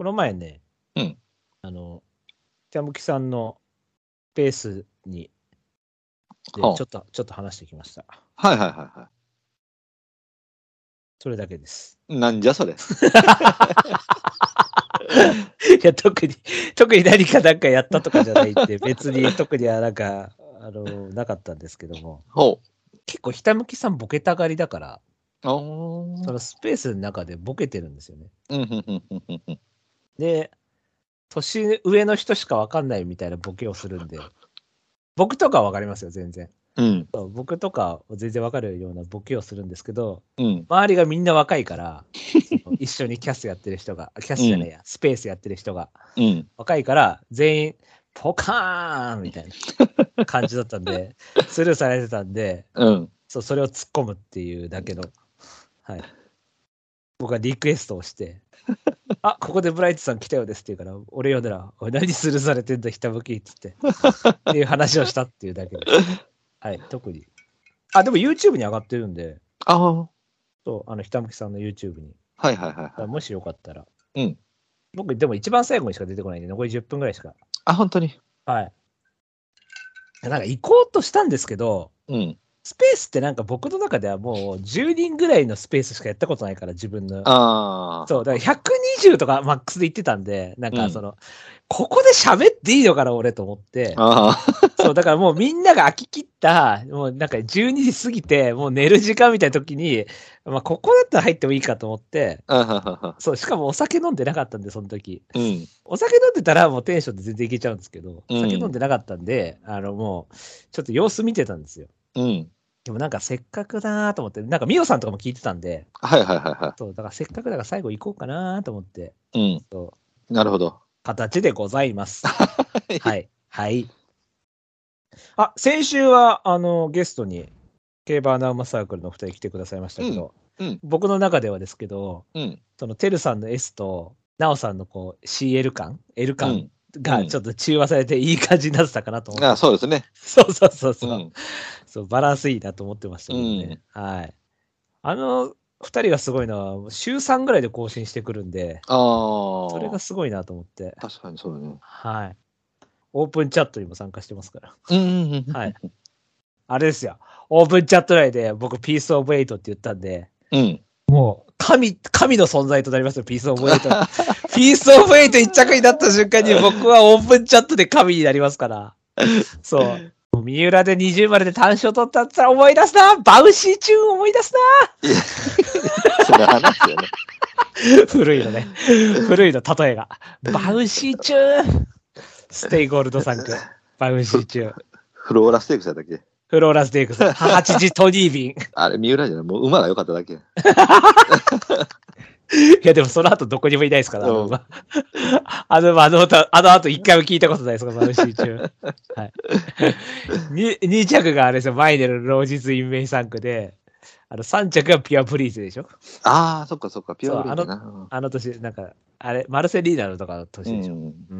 この前ね、 うん。 北向さんのスペースにでちょっと話してきました。 はいはいはいはそれだけです。 い。なんじゃそれ。 いや、特に何かなんかやったとかじゃないって、別に特にはなんか、なかったんですけども、 ほ結構北向さんボケたがりだから、 う。おー。 そのスペースの中でボケてるんですよね。 うんふんふんふんふんふん。 で、年上の人しかわかんないみたいなボケをするんで、僕とかはわかりますよ、全然。 うん。 そう僕とか全然わかるようなボケをするんですけど、 うん。 周りがみんな若いから、一緒にキャスやってる人が、キャスじゃないや、スペースやってる人がうん。 若いから、全員、ポカーンみたいな感じだったんで、スルーされてたんで、 うん。 それを突っ込むっていうだけの、はい。僕はリクエストをして、あ、ここでブライトさん来たようですって言うから、俺呼んだら、おい、何スルーされてんだ、ひたむきっつって、っていう話をしたっていうだけです。はい、特に。あ、でも YouTube に上がってるんで、 ああ。 そう、ひたむきさんの YouTube に。 はいはいはいはい。 もしよかったら。 うん。 僕、でも一番最後にしか出てこないんで、残り10分ぐらいしか。 あ、本当に。 はい。なんか行こうとしたんですけど、 うん。 スペースってなんか僕の中ではもう10人ぐらいのスペースしかやったことないから、自分の。 ああ。 そう、だから120とかマックスで言ってたんで、なんかここで喋っていいのかな、俺と思って。 あそう、だからもうみんなが飽き切った、もうなんか12時過ぎて、もう寝る時間みたいな時に、まあここだったら入ってもいいかと思って、 あ。 そう、しかもお酒飲んでなかったんで、その時。 うん。 お酒飲んでたらもうテンションで全然いけちゃうんですけど、 うん酒飲んでなかったんで、もう、ちょっと様子見てたんですよ。 うん。 でもなんかせっかくだなと思って、なんかミオさんとかも聞いてたんで、 はいはいはいはそう、だからせっかくだから最後行こうかなと思って、 い。 そう、 なるほど。 形でございます。はい。はい。あ、先週は、ゲストに、競馬アナウマサークルの2人来てくださいましたけど、僕の中ではですけど、その、てるさんの S と、なおさんのこう、CL 感、L 感がちょっと中和されていい感じになってたかなと思って。 あ、そうですね。 そうそうそうそう。そう、バランスいいなと思ってましたけどね。はい。2人がすごいのは、週3ぐらいで更新してくるんで、それがすごいなと思って。 確かにそうだね。 はい。オープンチャットにも参加してますから。はい。あれですよ。オープンチャット内で僕、ピースオブエイトって言ったんで、もう、神の存在となりますよ、ピースオブエイト。ピースオブエイト一着になった瞬間に僕はオープンチャットで神になりますから。そう。三浦で20丸で単勝取ったって言ったら思い出すな、バウシーチューン思い出すなその話よね。 古いのね。古いの例えが。バウシーチューンステイゴールド3区。バウシーチューン。 フローラステークスだったっけ？ フローラステークス。8時トニービン。 あれ、三浦じゃない。もう馬が良かっただけ。 いや、でもその後どこにもいないですから、あの後一回も聞いたことないですから、バウシー中。はい。2着があれですよ、マイネル老実インメイ3区で、3着がピュアプリーズでしょ。 ああ、そっかそっか、ピュアプリーズな。 あの年、なんか、あれ、マルセリーナのとかの年でしょ。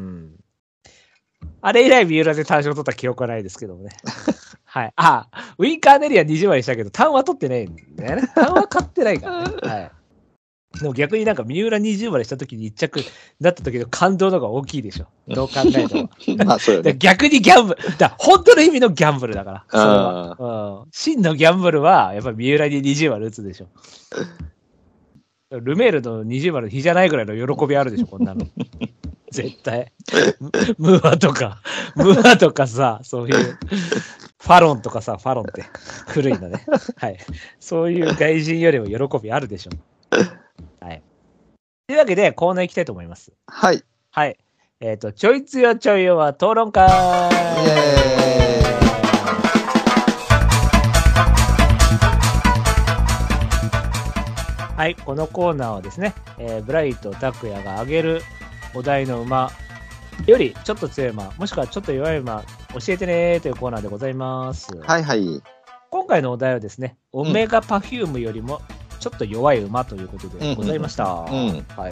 あれ以来、三浦で単勝取った記憶はないですけどもね。はい。ウィンカーネリア20割したけど、単は取ってないんだよね。単は買ってないからね。はい。でも逆になんか三浦20割した時に1着になった時の感動の方が大きいでしょ。どう考えても。 まあそうよね。 逆にギャンブル。本当の意味のギャンブルだから。それは。真のギャンブルは、やっぱり三浦に20割打つでしょ。ルメールの20割の日じゃないぐらいの喜びあるでしょ、こんなの。絶対。ムーアとかさ、そういう。ファロンとかさ、ファロンって古いのね。はい。そういう外人よりも喜びあるでしょ。はい。というわけで、コーナー行きたいと思います。 はい。 はい。ちょいつよちょいよは討論会。はい。このコーナーはですね、ブライト拓也が挙げるお題の馬よりちょっと強い馬、もしくはちょっと弱い馬、教えてねーというコーナーでございます。 はいはい。 今回のお題はですね、オメガパフュームよりもちょっと弱い馬ということでございました。はい。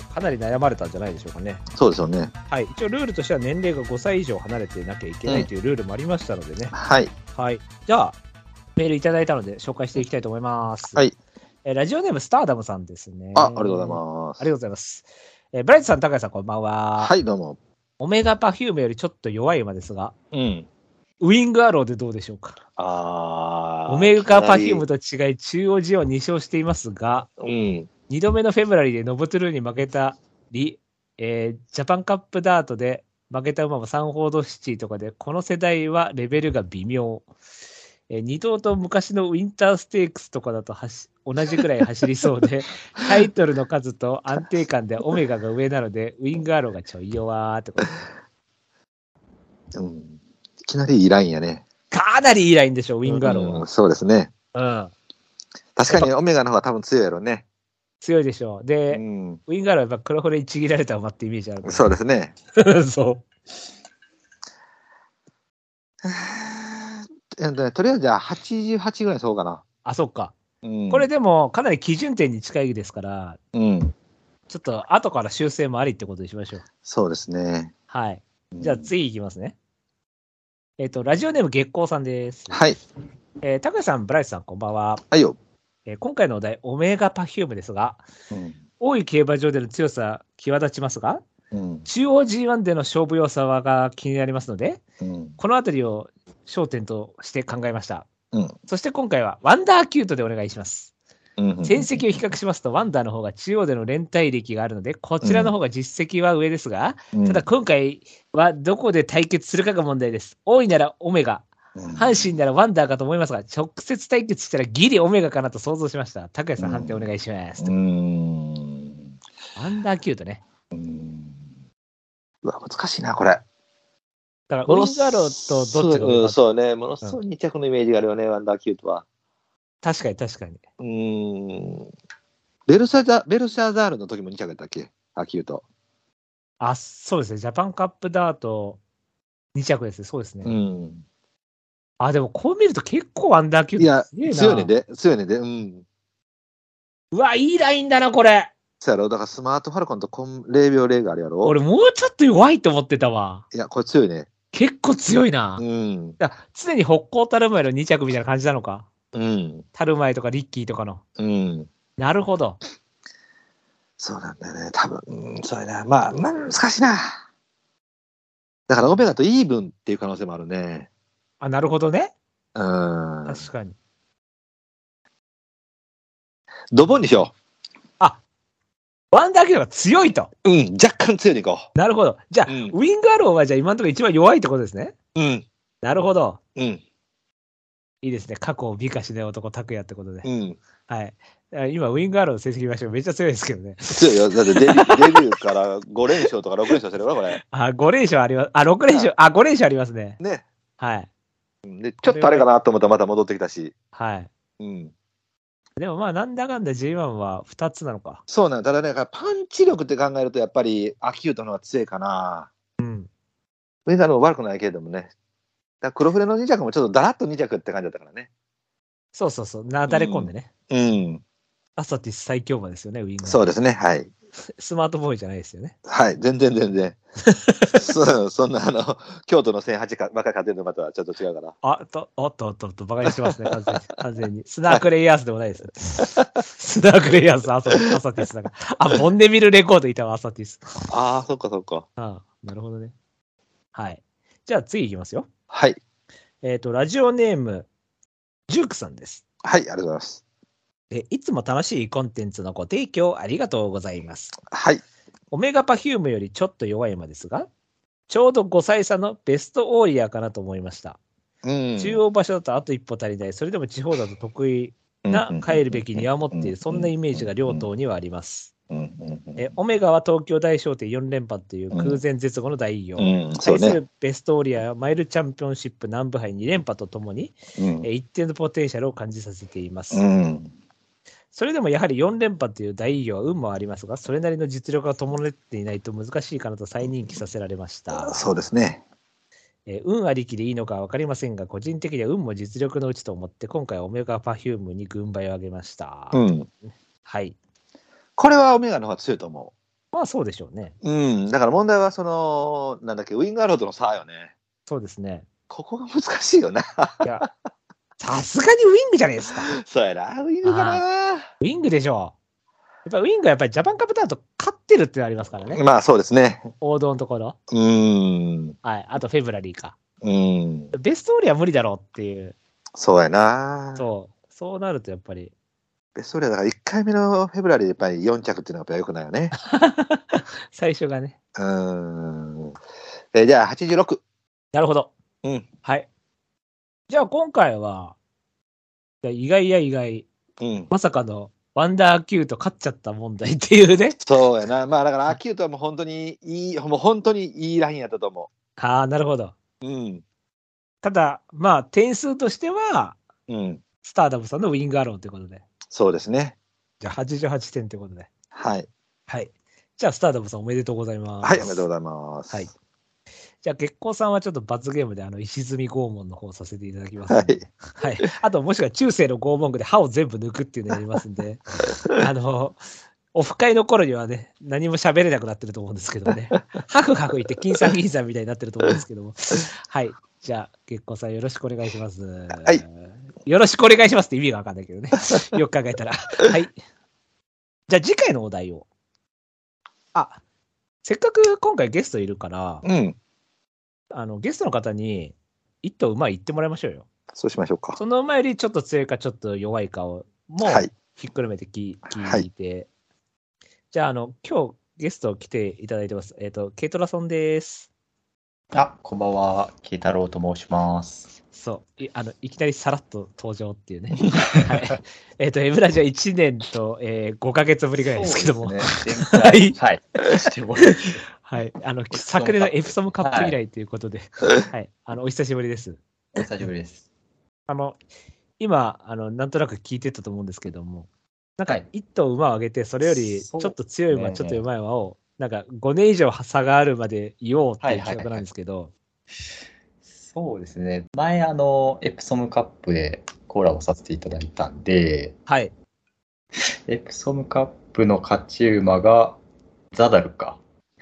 かなり悩まれたんじゃないでしょうかね。 そうですよね。 はい。一応ルールとしては年齢が5歳以上離れてなきゃいけないというルールもありましたのでね。 はい。 はい。じゃあ、メールいただいたので紹介していきたいと思います。 はい。 ラジオネームスターダムさんですね。 ありがとうございます。 ありがとうございます。 ブライトさん、高谷さん、こんばんは。 はい、どうも。 オメガパフュームよりちょっと弱い馬ですが、 うん。 ウィングアローでどうでしょうか。オメガパフュームと違い、中央 G を2勝していますが、2度目のフェブラリーでノブトゥルーに負けたり、ジャパンカップダートで負けた馬もサンフォードシティとかで、この世代はレベルが微妙。2頭と昔のウィンターステークスとかだと同じくらい走りそうで、タイトルの数と安定感でオメガが上なので、ウィングアローがちょい弱ってこと。 いきなりいいラインやね。 かなりいいラインでしょ、ウィングアローは。 そうですね。確かにオメガの方が多分強いやろね。 強いでしょう。で、ウィングアローはやっぱ黒船にちぎられた馬ってイメージある、ね。 そうですね。 そう。 とりあえずじゃあ88ぐらいそうかな。 あ、そっか。これでもかなり基準点に近いですから、ちょっと後から修正もありってことにしましょう。 そうですね。 はい。じゃあ次いきますね。ラジオネーム月光さんです。 はい。 高橋さん、ブライトさん、こんばんは。 はいよ。 今回のお題、オメガパフュームですが、大井競馬場での強さ際立ちますが、中央 G1 での勝負要素が気になりますので、このあたりを焦点として考えました。そして今回はワンダーキュートでお願いします。戦績を比較しますと、ワンダーの方が中央での連帯歴があるので、こちらの方が実績は上ですが、ただ今回はどこで対決するかが問題です。大井ならオメガ、阪神ならワンダーかと思いますが、直接対決したらギリオメガかなと想像しました。高谷さん、判定お願いします。ワンダーキュートね。 うわ、難しいな、これ。 だから、ウィングアローとどっちがそうね、ものすごい2着のイメージがあるよね、ワンダーキュートは。 確かに、確かに。 ベルシャザールの時も2着だったっけ、キュート。 あ、そうですね、ジャパンカップダート2着ですね、そうですね。あ、でもこう見ると結構ワンダーキュート強いな。 強いねで、強いねで、 うわ、いいラインだな、これ。 そうやろ、だからスマートファルコンと0秒0があるやろ。 俺もうちょっと弱いと思ってたわ。 いや、これ強いね。 結構強いな。常に北高タルマエの2着みたいな感じなのか。タルマエとかリッキーとかの。なるほど。 そうなんだよね、多分。そうやな。まあ、難しいな。だからオメガとイーブンっていう可能性もあるね。 あ、なるほどね。 確かに。 ドボンにしよう。 ワンダーキュートが強いと。 若干強いでいこう。なるほど。じゃあ、ウィングアローはじゃあ今のところ一番弱いってことですね。なるほど。いいですね。過去を美化しない男、拓也ってことで。はい。今、ウィングアローの成績見ましょう。めっちゃ強いですけどね。 強いよ。だってデビューから5連勝とか6連勝してるわ、これ。 5連勝あります。6連勝、5連勝ありますね。 ね。 はい。 で、ちょっとあれかなと思ったらまた戻ってきたし。 はい。でもまあ、なんだかんだ J1 は2つなのか。 そうなんだ。ただね、パンチ力って考えると、やっぱり、アキュートの方が強いかな。ウィンガーの悪くないけれどもね。だ黒船の2着もちょっとだらっと2着って感じだったからね。 そうそうそう。なだれ込んでね。アサティス最強馬ですよね、ウィンガー。 そうですね、はい。 スマートボーイじゃないですよね。 はい、全然。そんな京都の1008かばっか勝てるのまたはちょっと違うから。 おっと、バカにしてますね、完全に。スナークレイヤースでもないです。スナークレイヤース、アサティスだから。ボンデミルレコードいたわ、アサティス。 そっか。 なるほどね。はい。じゃあ次いきますよ。 はい。 ラジオネーム、ジュークさんです。 はい、ありがとうございます。 いつも楽しいコンテンツのご提供ありがとうございます。 はい。 オメガパフュームよりちょっと弱い馬ですが、ちょうど5歳差のベストオーリアかなと思いました。中央場所だとあと一歩足りない、それでも地方だと得意な帰るべき庭を持っている、そんなイメージが両党にはあります。オメガは東京大賞典4連覇という空前絶後の大偉業。対するベストオーリアはマイルチャンピオンシップ南部杯2連覇とともに、一定のポテンシャルを感じさせています。それでもやはり4連覇という大偉業は運もありますが、それなりの実力が伴っていないと難しいかなと再認識させられました。 そうですね。 運ありきでいいのか分かりませんが、個人的には運も実力のうちと思って、今回はオメガパフュームに軍配を上げました。はい。 これはオメガの方が強いと思う。まあそうでしょうね。 だから問題はなんだっけ、ウィンガーロードの差よね。 そうですね。 ここが難しいよな。 いや、さすがにウィングじゃないですか。 そうやな、ウィングかな。 ウィングでしょう。やっぱウィングはやっぱりジャパンカップダート勝ってるってのありますからね。 まあそうですね。 王道のところ。はい。あとフェブラリーか。ベストオーリーは無理だろうっていう。 そうやな。 そうなるとやっぱり。 ベストオーリーだから1回目のフェブラリーでやっぱり4着っていうのがやっぱ良くないよね。 最初がね。 じゃあ86。 なるほど。はい。じゃあ今回は、意外、まさかのワンダーアキュート勝っちゃった問題っていうね。 そうやな。まあだからアキュートはもう本当にいいラインやったと思う。ああ、なるほど。ただ、まあ点数としては、スターダムさんのウィングアローということで。 そうですね。 じゃあ88点ということで。 はい。 じゃあスターダムさんおめでとうございます。 はい、おめでとうございます。 じゃあ月光さんはちょっと罰ゲームで石積み拷問の方させていただきますので。あともしくは中世の拷問具で歯を全部抜くっていうのをやりますんで、オフ会の頃にはね、何も喋れなくなってると思うんですけどね。ハフ言って金さん銀さんみたいになってると思うんですけども。じゃあ月光さんよろしくお願いします。よろしくお願いしますって意味がわかんないけどね。よく考えたら。じゃあ次回のお題を。せっかく今回ゲストいるから、ゲストの方に一頭馬言ってもらいましょうよ。 そうしましょうか。 その馬よりちょっと強いかちょっと弱いかをもひっくるめて聞いて。じゃあ今日ゲスト来ていただいてます。ケイトラソンです。 こんばんは。ケイタロウと申します。 いきなりさらっと登場っていうね。エムラジは1年と、5ヶ月ぶりぐらいですけども。昨年のエプソムカップ以来ということで、お久しぶりです。 お久しぶりです。 今、なんとなく聞いてたと思うんですけども、なんか1頭馬を上げて、それよりちょっと強い馬、ちょっと弱い馬を、なんか5年以上差があるまで言おうっていう企画なんですけど、 そうですね。前、エプソムカップでコラボさせていただいたんで、エプソムカップの勝ち馬がザダルか。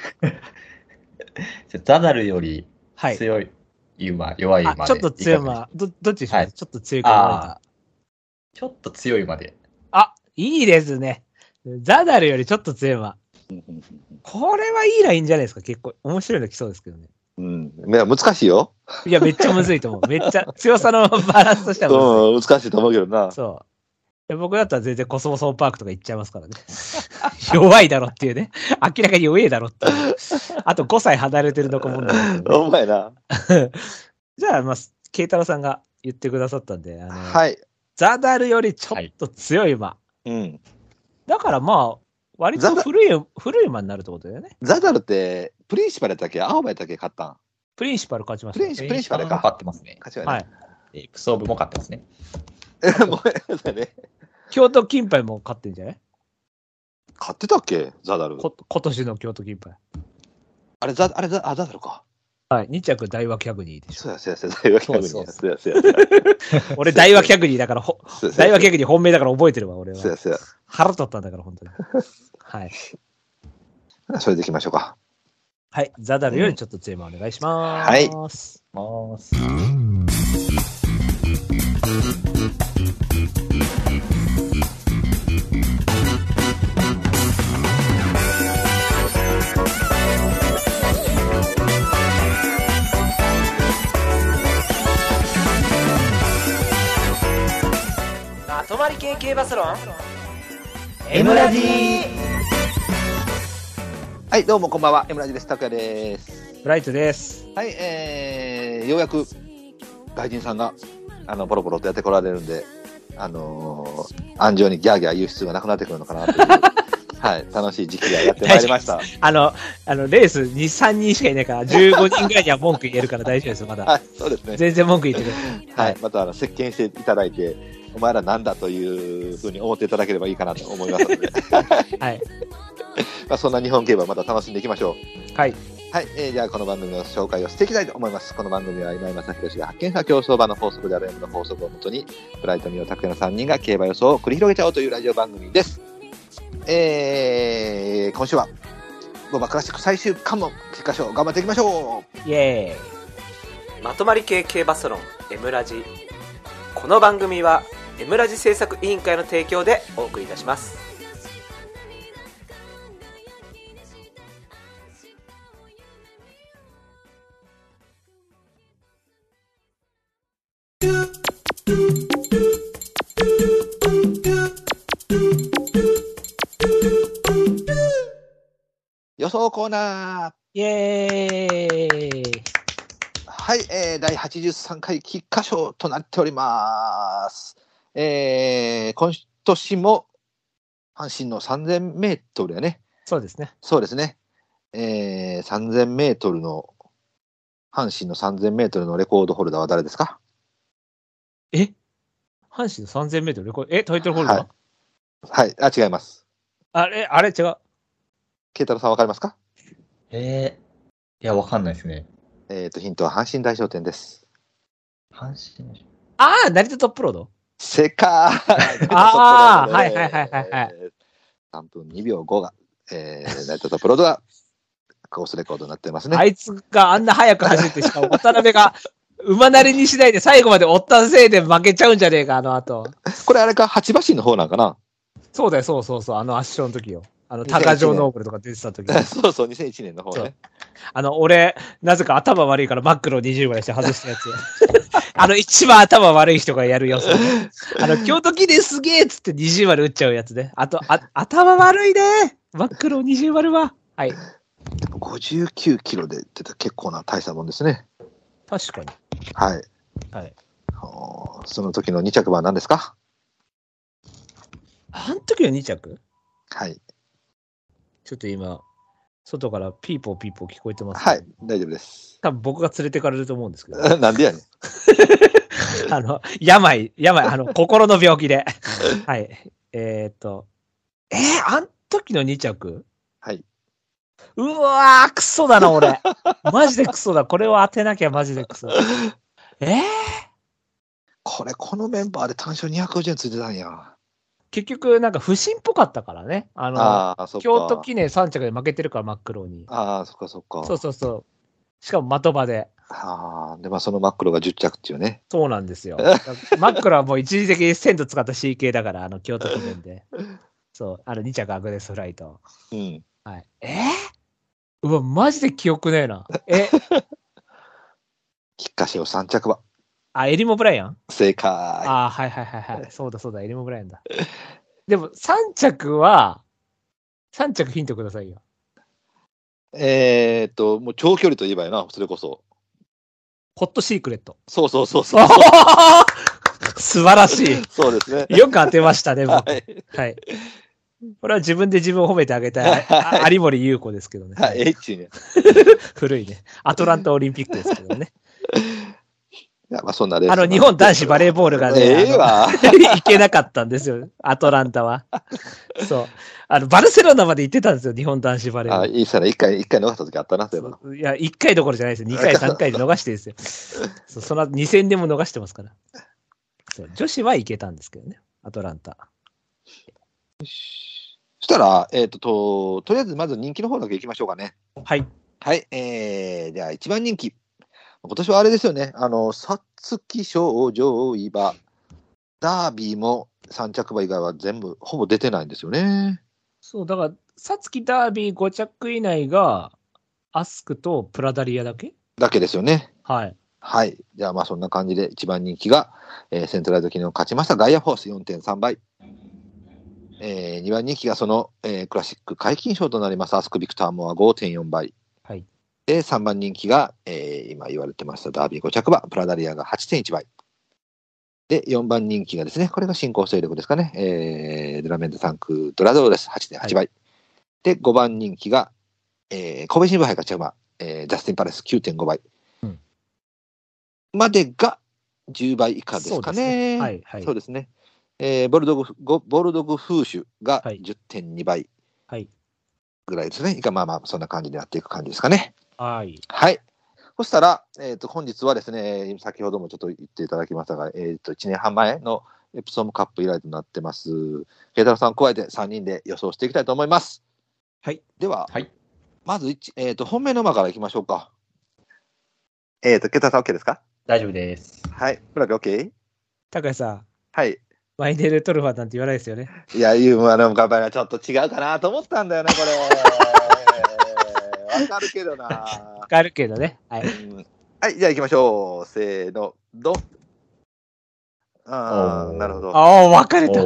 ザダルより強い馬、弱い馬で。 ちょっと強い馬、どっちでしょう、ちょっと強いか弱いか。 ちょっと強い馬で。 いいですね。ザダルよりちょっと強い馬。これはいいラインじゃないですか。結構面白いの来そうですけどね。 難しいよ。 いや、めっちゃむずいと思う。めっちゃ強さのバランスとしては難しいと思うけどな。 僕だったら全然コスモソーパークとか行っちゃいますからね。弱いだろっていうね。明らかに弱いだろっていう。あと5歳離れてるのかもんだけど、ね。お前な。 じゃあ、ケイタロウさんが言ってくださったんで、ザダルよりちょっと強い馬。だから割と古い馬になるってことだよね。 ザダルって、プリンシパルやったっけ、青葉やったっけ、勝ったん。 プリンシパル勝ちました。 プリンシパルか。勝ってますね。 勝ちましたね。 エプソーブも勝ってますね。 京都金杯も勝ってんじゃない？ 勝ってたっけ、ザダル。 今年の京都金杯。 ザダルか。 2着大和キャグニーでしょ。 そうや、大和キャグニー。 俺大和キャグニーだから、大和キャグニー本命だから覚えてるわ、俺は。腹取ったんだから、本当に。 それでいきましょうか。 ザダルよりちょっと強い馬お願いします。まとまり系競馬サロンMラジ。 どうもこんばんは、Mラジです。拓也です。 ブライトです。 ようやく外人さんがポロポロとやってこられるんで、安城にギャーギャー言う必要がなくなってくるのかなという楽しい時期がやってまいりました。レース2、3人しかいないから、15人ぐらいには文句言えるから大丈夫ですよ、まだ。 そうですね。 全然文句言ってください。 また接見していただいて、お前らなんだというふうに思っていただければいいかなと思いますので。そんな日本競馬また楽しんでいきましょう。じゃあこの番組の紹介をしていきたいと思います。この番組は今井正弘が発見した競走馬の法則である M の法則をもとに、ブライト・ミオ・タクヤの3人が競馬予想を繰り広げちゃおうというラジオ番組です。今週はゴーバクラシック最終関門結果賞頑張っていきましょう。 イエーイ。まとまり系競馬サロン M ラジ。この番組は M ラジ制作委員会の提供でお送りいたします。 予想コーナーイエーイ。 はい、第83回菊花賞となっております。今年も阪神の3000メートルやね。 そうですね。 そうですね。3000メートルの、阪神の3000メートルのレコードホルダーは誰ですか？ 阪神の3000メートルレコード、タイトルホルダー？ はい、違います。 あれ違う。 慶太郎さんわかりますか？ いや、わかんないですね。 ヒントは阪神大賞典です。 阪神成田トップロード？ 正解はい。 3分2秒5が、成田トップロードがコースレコードになってますね。 あいつがあんな早く走って、しかも渡辺が馬慣れにしないで最後まで追ったせいで負けちゃうんじゃねえか、あの後。 これあれか、八馬身の方なんかな？ そうだよ、そう。圧勝の時よ。高城ノーブルとか出てた時。 そう、2001年の方ね。 俺、なぜか頭悪いからマックロ20枚して外したやつ。一番頭悪い人がやるやつ。京都記念すげえっつって20丸打っちゃうやつね。頭悪いね。マックロ20丸は。はい。 59キロで出た結構な大したもんですね。 確かに。 はい。その時の2着は何ですか？ あの時の2着？ はい。 ちょっと今、外からピーポー聞こえてます、 はい、大丈夫です。 多分僕が連れてかれると思うんですけど。 なんでやねん。 病、心の病気で。はい。あん時の2着？ はい。 うわー、クソだな、俺。マジでクソだ。これを当てなきゃマジでクソ。 このメンバーで単勝250円ついてたんや。 結局、なんか不審っぽかったからね。京都記念3着で負けてるから、真っ黒に。 そっか。 そう。しかも的場で。 で、その真っ黒が10着っていうね。 そうなんですよ。真っ黒はもう一時的に1000度使った CK だから、京都記念で。そう、2着アグネスフライト。 うん。 はい。うわ、マジで記憶ねえな。 菊花賞3着は。 エリモ・ブライアン？ 正解。 はい。そうだ、エリモ・ブライアンだ。でも、3着ヒントくださいよ。 もう長距離といえばやな、それこそ。 ホットシークレット。 そう。 素晴らしい。 そうですね。 よく当てましたね、僕。はい。これは自分で自分を褒めてあげたい。有森優子ですけどね。 ね。 古いね。アトランタオリンピックですけどね。 そんなレース日本男子バレーボールがね、行けなかったんですよ、アトランタは。そう。バルセロナまで行ってたんですよ、日本男子バレーボール。 いいっすね。一回逃した時あったな、そういえば。 いや、1回どころじゃないですよ。2回、3回で逃してるんですよ。その2戦でも逃してますから。そう女子は行けたんですけどね、アトランタ。 そしたら、とりあえずまず人気の方だけ行きましょうかね。 はい。 はい。じゃあ1番人気。今年はあれですよね。皐月賞、上位馬、ダービーも3着馬以外は全部、ほぼ出てないんですよね。 そう、だから、皐月ダービー5着以内が、アスクとプラダリアだけですよね。 はい。 はい。じゃあそんな感じで1番人気が、セントライズ機能勝ちましたガイアフォース 4.3 倍。2番人気がその、クラシック解禁賞となりますアスクビクターモア 5.4 倍。 はい。 で、3番人気が、今言われてましたダービー5着馬、プラダリアが 8.1 倍。で、4番人気がですね、これが新興勢力ですかね、ドラメント3区ドラドロです、8.8 倍。はい、で、5番人気が、神戸新聞杯勝ち馬、ジャスティンパレス 9.5 倍。までが10倍以下ですかね。そうですね。ボルドグフーシュが 10.2 倍ぐらいですね。そんな感じでやっていく感じですかね。 はい。 はい。そしたら、本日はですね、先ほどもちょっと言っていただきましたが、1年半前のエプソムカップ以来となってます。慶太郎さん加えて3人で予想していきたいと思います。 はい。 では、まず本命の馬からいきましょうか。慶太郎さん OK ですか？ 大丈夫です。 はい。フラグ OK？ 高橋さん。 はい。 マイネルトルファなんて言わないですよね。 いや、ユーモアの頑張りはちょっと違うかなと思ったんだよね、これ。わかるけどな。 わかるけどね。はい。 はい、じゃあ行きましょう。せーの、ドン。 ああ、なるほど。 ああ、分かれた。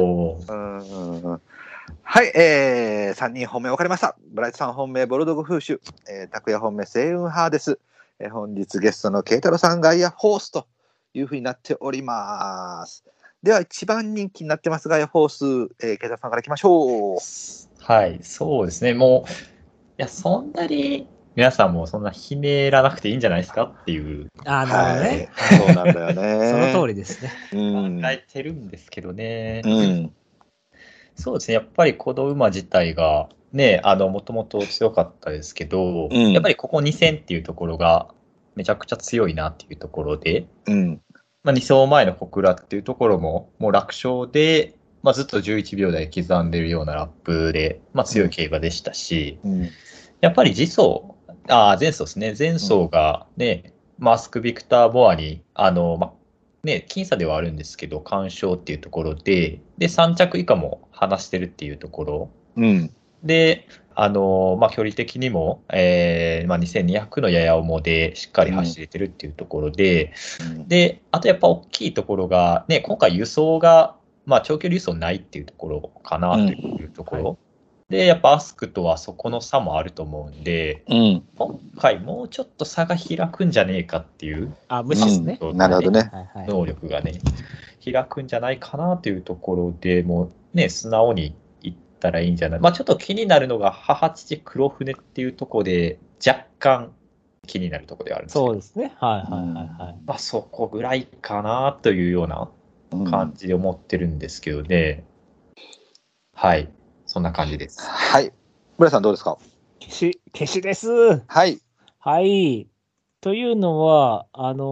はい、3人本命分かりました。ブライトさん本命、ボルドグフーシュ、拓也本命、セイウンハーです。本日ゲストの慶太郎さん、ガイアホースというふうになっております。では、一番人気になってます、ガイアホース、慶太郎さんからいきましょう。 はい、そうですね。もう、いや、そんなに、皆さんもそんなひねらなくていいんじゃないですかっていう。 なるほどね。 そうなんだよね。 その通りですね。 考えてるんですけどね。そうですね。やっぱりこの馬自体が、ね、もともと強かったですけど、やっぱりここ2戦っていうところが、めちゃくちゃ強いなっていうところで、2走前の小倉っていうところも、もう楽勝で、ずっと11秒台刻んでるようなラップで、強い競馬でしたし、やっぱり前走ですね。前走がね、マスク・ビクター・ボアに、僅差ではあるんですけど、完勝っていうところで、3着以下も離してるっていうところ。で、距離的にも、2200のやや重でしっかり走れてるっていうところで、で、あとやっぱ大きいところが、ね、今回輸送が、長距離輸送ないっていうところかなというところ。で、やっぱアスクとはそこの差もあると思うんで、今回もうちょっと差が開くんじゃねえかっていう。 無視ですね。 なるほどね。 能力がね、開くんじゃないかなというところで、もうね、素直に言ったらいいんじゃない。ちょっと気になるのが、母父黒船っていうところで、若干気になるところではあるんですけど。 そうですね。 そこぐらいかなというような感じで思ってるんですけどね。はい。そんな感じです。 はい。村さんどうですか？ 消しです。 はい。 はい。というのは、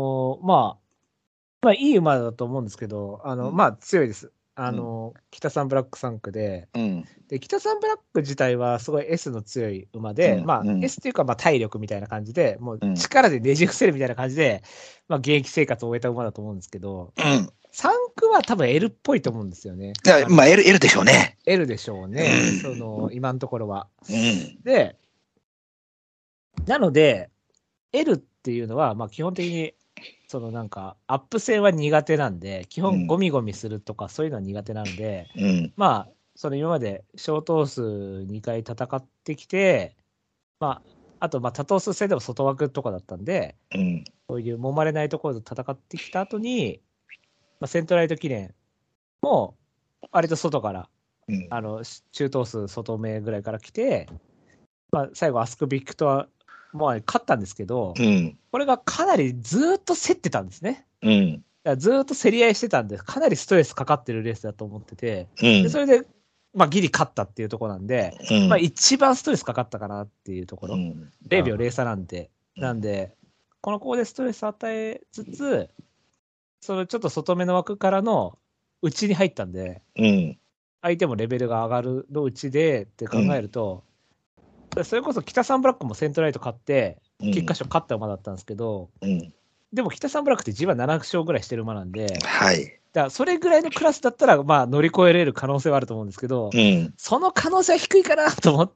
いい馬だと思うんですけど、強いです。北サンブラック3区で、で、北サンブラック自体はすごい S の強い馬で、S っていうか、体力みたいな感じで、もう力でねじ伏せるみたいな感じで、現役生活を終えた馬だと思うんですけど、3区は多分 L っぽいと思うんですよね。 L でしょうね。 L でしょうね。今のところは。で、なので、L っていうのは、基本的に、アップ戦は苦手なんで、基本ゴミゴミするとか、そういうのは苦手なんで、今まで小頭数2回戦ってきて、あと、多頭数戦でも外枠とかだったんで、そういう揉まれないところで戦ってきた後に、セントライト記念も、割と外から、中等数外目ぐらいから来て、最後、アスクビクトは、勝ったんですけど、これがかなりずっと競ってたんですね。ずっと競り合いしてたんで、かなりストレスかかってるレースだと思ってて、でそれで、ギリ勝ったっていうところなんで、一番ストレスかかったかなっていうところ、0秒03なんで、この子でストレス与えつつ、ちょっと外目の枠からの内に入ったんで、相手もレベルが上がるの内でって考えると、それこそ北サンブラックもセントライト勝って、菊花賞勝った馬だったんですけど、でも北サンブラックって G1 7勝ぐらいしてる馬なんで、だからそれぐらいのクラスだったら乗り越えれる可能性はあると思うんですけど、その可能性は低いかなと思って、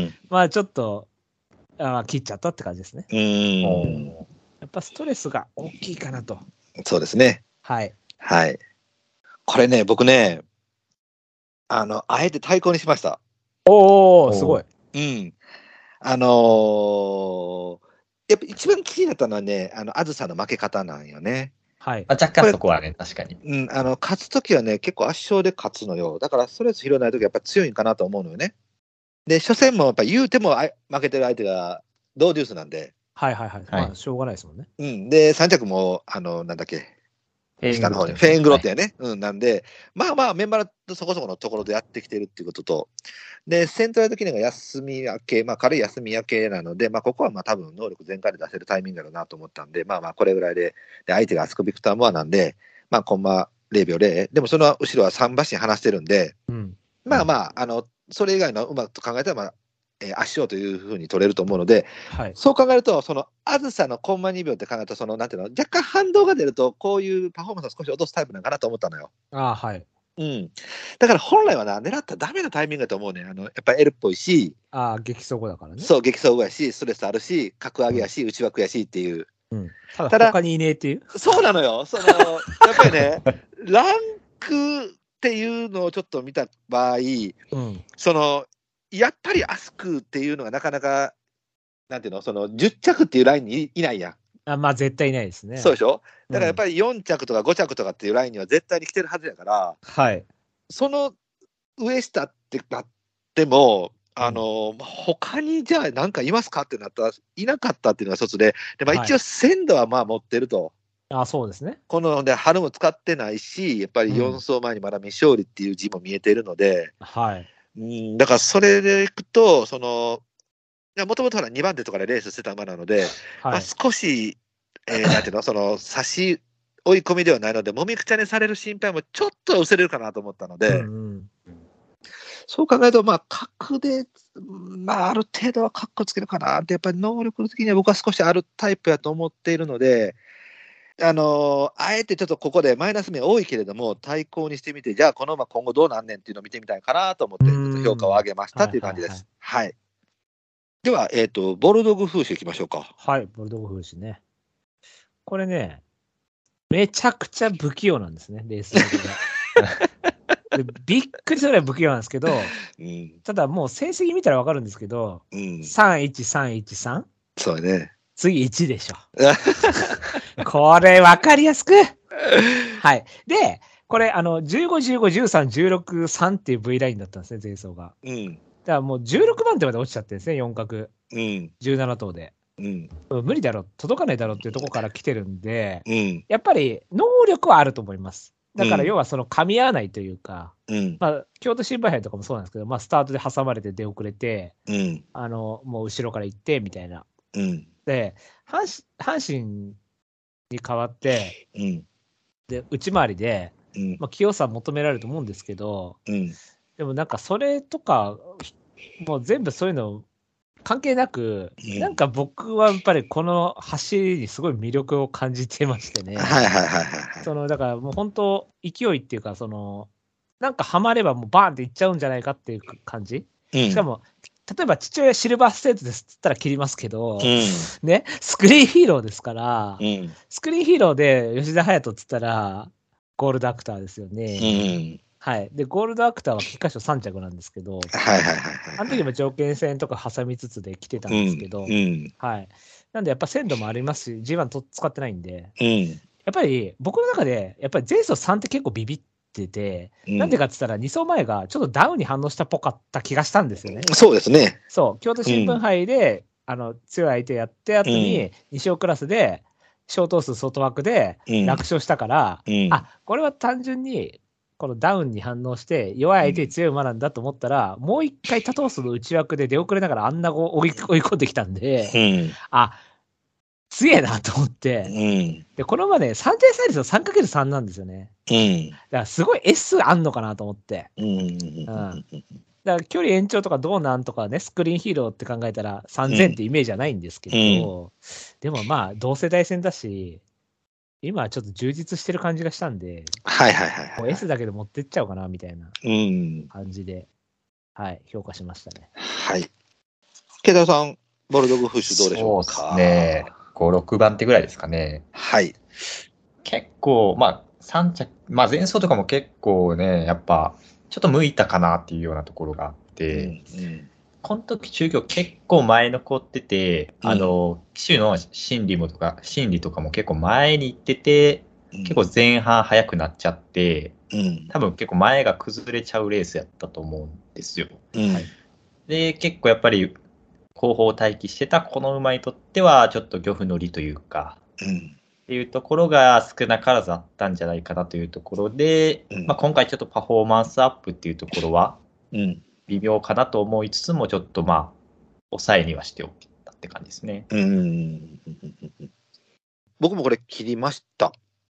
ちょっと切っちゃったって感じですね。やっぱストレスが大きいかなと。 そうですね。 はい。 これね、僕ね、あえて対抗にしました。 おー、すごい。 やっぱ一番気になったのはね、あずさの負け方なんよね。 若干そこはね、確かに。 勝つときはね、結構圧勝で勝つのよ。だからストレス拾わないときはやっぱ強いんかなと思うのよね。で、初戦もやっぱ言うても負けてる相手がドーデュースなんで。 しょうがないですもんね。 で、3着も、なんだっけ、下の方に、フェーングロットやね。なんで、メンバーとそこそこのところでやってきてるっていうことと、で、セントライト記念が休み明け、軽い休み明けなので、ここは多分能力全開で出せるタイミングだろうなと思ったんで、これぐらいで、相手がアスクビクターモアなんで、コンマ0秒0、でもその後ろは3馬身離してるんで、それ以外のうまく考えたら、圧勝というふうに取れると思うので、そう考えると、あずさのコンマ2秒って考えると、なんていうの、若干反動が出ると、こういうパフォーマンスを少し落とすタイプなんかなと思ったのよ。だから本来は狙ったらダメなタイミングだと思うね。やっぱり L っぽいし、 激走後だからね。 そう、激走後やし、ストレスあるし、格上げやし、内枠やしっていう。 ただ他にいねえっていう。 そうなのよ。やっぱりね、 ランクっていうのをちょっと見た場合、やっぱりアスクっていうのがなかなか、なんていうの、10着っていうラインにいないやん。 まあ絶対いないですね。 そうでしょ。だからやっぱり4着とか5着とかっていうラインには絶対に来てるはずやから、その上下ってなっても、他にじゃあ何かいますかってなったら、いなかったっていうのが一つで、一応鮮度はまあ持ってると。 そうですね。 こので春も使ってないし、やっぱり4走前にまだ未勝利っていう字も見えているので、だからそれでいくと、もともと2番手とかでレースしてた馬なので、少し、なんていうの、差し追い込みではないので、もみくちゃにされる心配もちょっと薄れるかなと思ったので、そう考えると、格で、ある程度はカッコつけるかなって、やっぱり能力的には僕は少しあるタイプやと思っているので、あえてちょっとここでマイナス面多いけれども、対抗にしてみて、じゃあこの馬今後どうなんねんっていうのを見てみたいかなと思って、ちょっと評価を上げましたという感じです。では、ボルドグフーシュいきましょうか。 ボルドグフーシュね。これね、めちゃくちゃ不器用なんですね、レースが。びっくりするぐらい不器用なんですけど、ただもう成績見たら分かるんですけど、31313。 そうね。 次1でしょ。これ分かりやすく。で、これ、15、15、13、16、3っていう V ラインだったんですね、前走が。だからもう16番手まで落ちちゃってるんですね、4角。17頭で。無理だろ、届かないだろっていうところから来てるんで、やっぱり能力はあると思います。だから要は噛み合わないというか、京都新聞杯とかもそうなんですけど、スタートで挟まれて出遅れて、もう後ろから行ってみたいな。で、阪神に代わって、で内回りで、器用さ求められると思うんですけど、でもなんかそれとか、もう全部そういうの関係なく、なんか僕はやっぱりこの走りにすごい魅力を感じてましてね。だからもう本当、勢いっていうか、なんかハマればもうバーンっていっちゃうんじゃないかっていう感じ。しかも、例えば父親シルバーステートですって言ったら切りますけど、ね、スクリーンヒーローですから、スクリーンヒーローで吉田隼人って言ったら、ゴールドアクターですよね。で、ゴールドアクターは菊花賞3着なんですけど、あの時も条件戦とか挟みつつで来てたんですけど、なんでやっぱ鮮度もありますし、G1 使ってないんで、やっぱり僕の中で、やっぱり前走3って結構ビビってて、なんでかって言ったら2走前がちょっとダウンに反応したっぽかった気がしたんですよね。 そうですね。 京都新聞杯で、強い相手やって後に、西尾クラスで、小頭数外枠で楽勝したから、これは単純に、このダウンに反応して弱い相手に強い馬なんだと思ったら、もう一回多頭数の内枠で出遅れながらあんな追い込んできたんで、強えなと思って、でこの馬ね、三点差率の 3×3 なんですよね。だからすごい S あんのかなと思って。だから距離延長とかどうなんとかね、スクリーンヒーローって考えたら3000ってイメージじゃないんですけど、でも同世代戦だし、今はちょっと充実してる感じがしたんで、S だけで持ってっちゃおうかなみたいな感じで、評価しましたね。 池田さん、ボルドグフーシュどうでしょうか。 そうですね。5、6番手ぐらいですかね。結構、3着、前走とかも結構ね、やっぱ、ちょっと向いたかなっていうようなところがあって、この時中京結構前残ってて、騎手の心理とかも結構前に行ってて、結構前半早くなっちゃって、多分結構前が崩れちゃうレースやったと思うんですよ。で、結構やっぱり後方待機してたこの馬にとっては、ちょっと漁夫乗りというか、っていうところが少なからずあったんじゃないかなというところで、今回ちょっとパフォーマンスアップっていうところは、微妙かなと思いつつも、ちょっと抑えにはしておきたって感じですね。 僕もこれ切りました。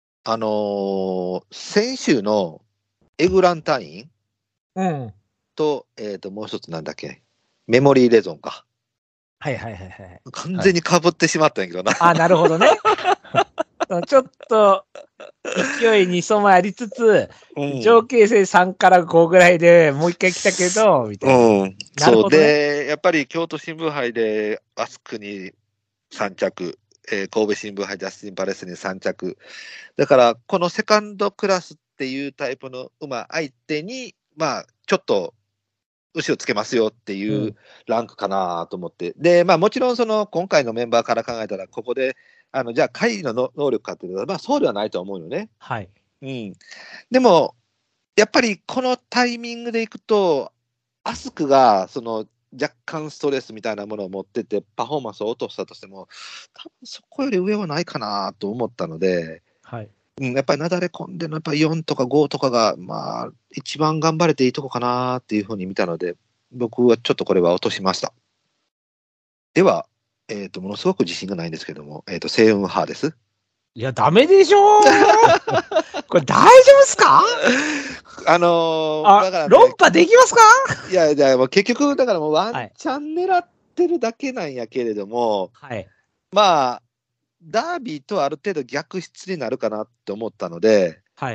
先週のエグランタインと、もう一つなんだっけ、メモリーレゾンか。完全にかぶってしまったんやけどな。 なるほどね。ちょっと、勢い2走前ありつつ、上形成3から5ぐらいでもう一回来たけど、みたいな。 そうで、やっぱり京都新聞杯でアスクに3着、神戸新聞杯ジャスティン・パレスに3着。だから、このセカンドクラスっっていうタイプの馬相手に、まあ、ちょっと、後ろつけますよっていうランクかなと思って。で、まあもちろん今回のメンバーから考えたら、ここで、じゃあ、会議の能力かっていうのは、まあそうではないと思うよね。 はい。 うん。でも、やっぱりこのタイミングでいくと、アスクが、若干ストレスみたいなものを持ってて、パフォーマンスを落としたとしても、多分そこより上はないかなと思ったので、 はい。 やっぱりなだれ込んでのやっぱり4とか5とかが、まあ、一番頑張れていいとこかなっていうふうに見たので、僕はちょっとこれは落としました。では、ものすごく自信がないんですけども、星雲派です。 いや、ダメでしょこれ大丈夫っすかだから、ね、論破できますかいや、もう結局、だからもうワンチャン狙ってるだけなんやけれども、 はい。 まあ、ダービーとはある程度逆質になるかなって思ったので、 はい。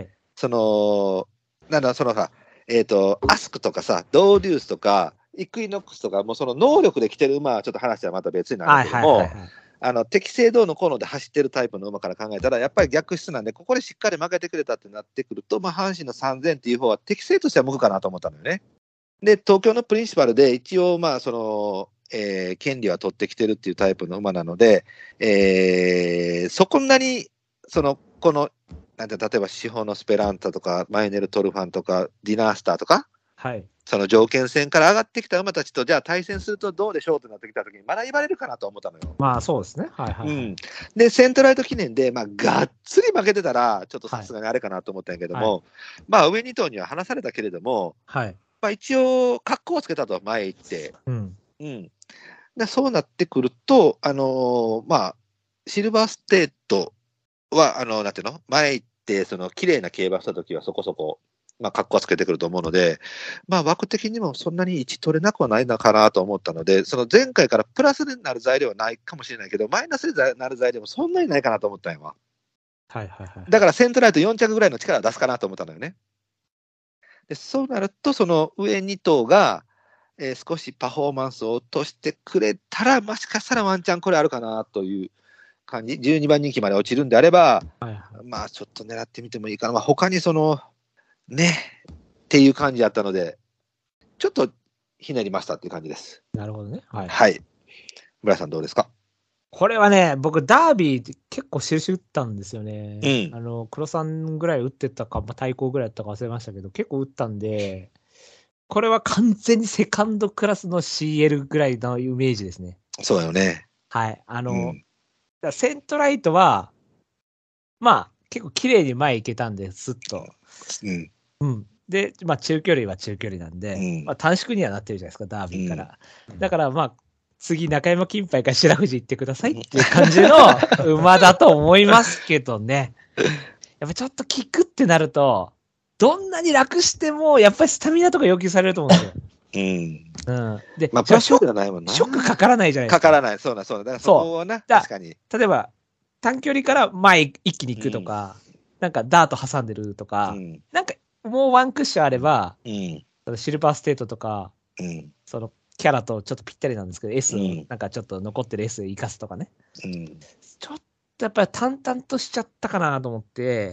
アスクとかさ、ドーデュースとか、イクイノックスとか、もうその能力で来てる馬はちょっと話はまた別になるけども、適正どうのこうので走ってるタイプの馬から考えたら、やっぱり逆質なんで、ここでしっかり負けてくれたってなってくると、まあ、阪神の3000っていう方は適正としては向くかなと思ったのよね。で、東京のプリンシパルで一応、まあ、権利は取ってきてるっていうタイプの馬なので、そこんなに、なんて例えば司法のスペランタとか、マイネル・トルファンとか、ディナースターとか、 はい、 その条件戦から上がってきた馬たちと、じゃあ対戦するとどうでしょうってなってきたときに、まだ言われるかなと思ったのよ。 まあそうですね。はいはい、はい。 で、セントライト記念で、まあ、がっつり負けてたら、ちょっとさすがにあれかなと思ったんやけども、まあ、上2頭には離されたけれども、まあ、一応、格好をつけたと、前行って。でそうなってくると、まあ、シルバーステートは、なんていうの前行って、綺麗な競馬したときはそこそこ、まあ、格好つけてくると思うので、まあ、枠的にもそんなに位置取れなくはないのかなと思ったので、前回からプラスになる材料はないかもしれないけど、マイナスになる材料もそんなにないかなと思ったんやわ。 はいはいはい。 だからセントライト4着ぐらいの力を出すかなと思ったのよね。でそうなると、その上2頭が、少しパフォーマンスを落としてくれたら、もしかしたらワンチャンこれあるかなという感じ、12番人気まで落ちるんであれば、まあちょっと狙ってみてもいいかな、まあ、他にねっていう感じだったので、ちょっとひねりましたっていう感じです。 なるほどね。はい。 はい。村さんどうですか？ これはね、僕、ダービー結構印打ったんですよね。黒さんぐらい打ってたか、まあ、対抗ぐらいだったか忘れましたけど、結構打ったんで、これは完全にセカンドクラスの CL ぐらいのイメージですね。 そうだよね。 はい。セントライトは、まあ、結構綺麗に前行けたんで、スッと。で、まあ、中距離は中距離なんで、まあ、短縮にはなってるじゃないですか、ダービーから。だから、まあ、次、中山金杯か白藤行ってくださいっていう感じの馬だと思いますけどね。やっぱちょっと効くってなると、どんなに楽しても、やっぱりスタミナとか要求されると思うんですよ。で、 まあ、プラスショックじゃないもんな。 ショックかからないじゃないですか。 かからない。そうだ。だからそこはな、確かに。 例えば、短距離から前一気に行くとか、なんかダート挟んでるとか、なんかもうワンクッションあれば、シルバーステートとか、そのキャラとちょっとぴったりなんですけど、S をなんかちょっと残ってる S を生かすとかね。ちょっとやっぱり淡々としちゃったかなと思って、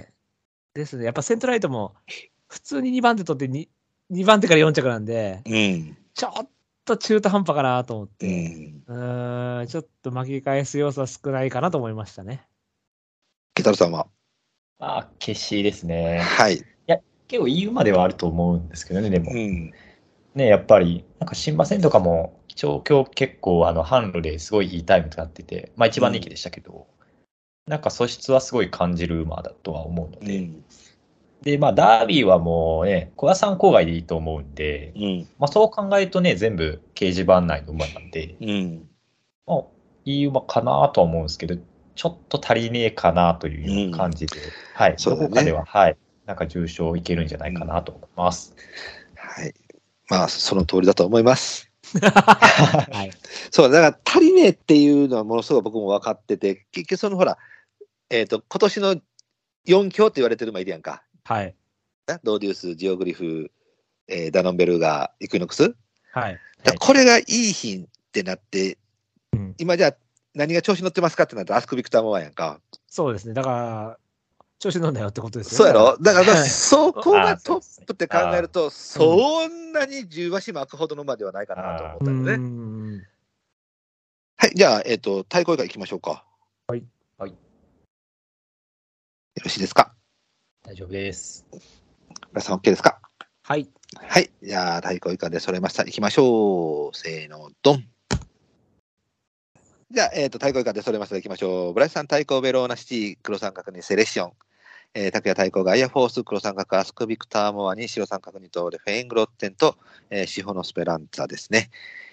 ですね。やっぱセントライトも普通に2番手取って 2番手から4着なんで、ちょっと中途半端かなと思って、ちょっと巻き返す要素は少ないかなと思いましたね。 ケタルさんは？ 決死ですね。 はい。 いや、結構いい馬ではあると思うんですけどね、でも。ね、やっぱり、なんか新馬戦とかも、調教結構販路ですごいいいタイムとなってて、まあ一番人気でしたけど、なんか素質はすごい感じる馬だとは思うので、で、まあダービーはもうね、小屋さん郊外でいいと思うんで、まあそう考えるとね、全部掲示板内の馬なんで、まあいい馬かなとは思うんですけど、ちょっと足りねえかなというような感じで、はい、どこかでは、はい、なんか重賞いけるんじゃないかなと思います。 はい。まあ、その通りだと思います。はい。そう、だから足りねえっていうのはものすごい僕も分かってて、結局ほら、今年の4強って言われてる馬いるやんか。 はい。 ドーデュース、ジオグリフ、ダノンベルガー、イクイノックス。 はい。 これがいい日ってなって、今じゃあ何が調子乗ってますかってなったらアスクビクターモアやんか。 そうですね。だから、 調子乗んなよってことですよね。そうやろ。だから、そこがトップって考えると、そんなに10馬身も開くほどの馬ではないかなと思ったのね。はい、じゃあ、対抗以下行きましょうか。 はい。はい。 よろしいですか？ 大丈夫です。 皆さん OK ですか？ はい。 はい。じゃあ、対抗以下でそれました。行きましょう。せーの、ドン。じゃあ、対抗以下でそれました。行きましょう。ブライスさん対抗ベローナシティ、黒三角にセレッション。拓也対抗ガイアフォース、黒三角アスクビクターモアに白三角に通るフェイングロッテンと、シホのスペランツァですね。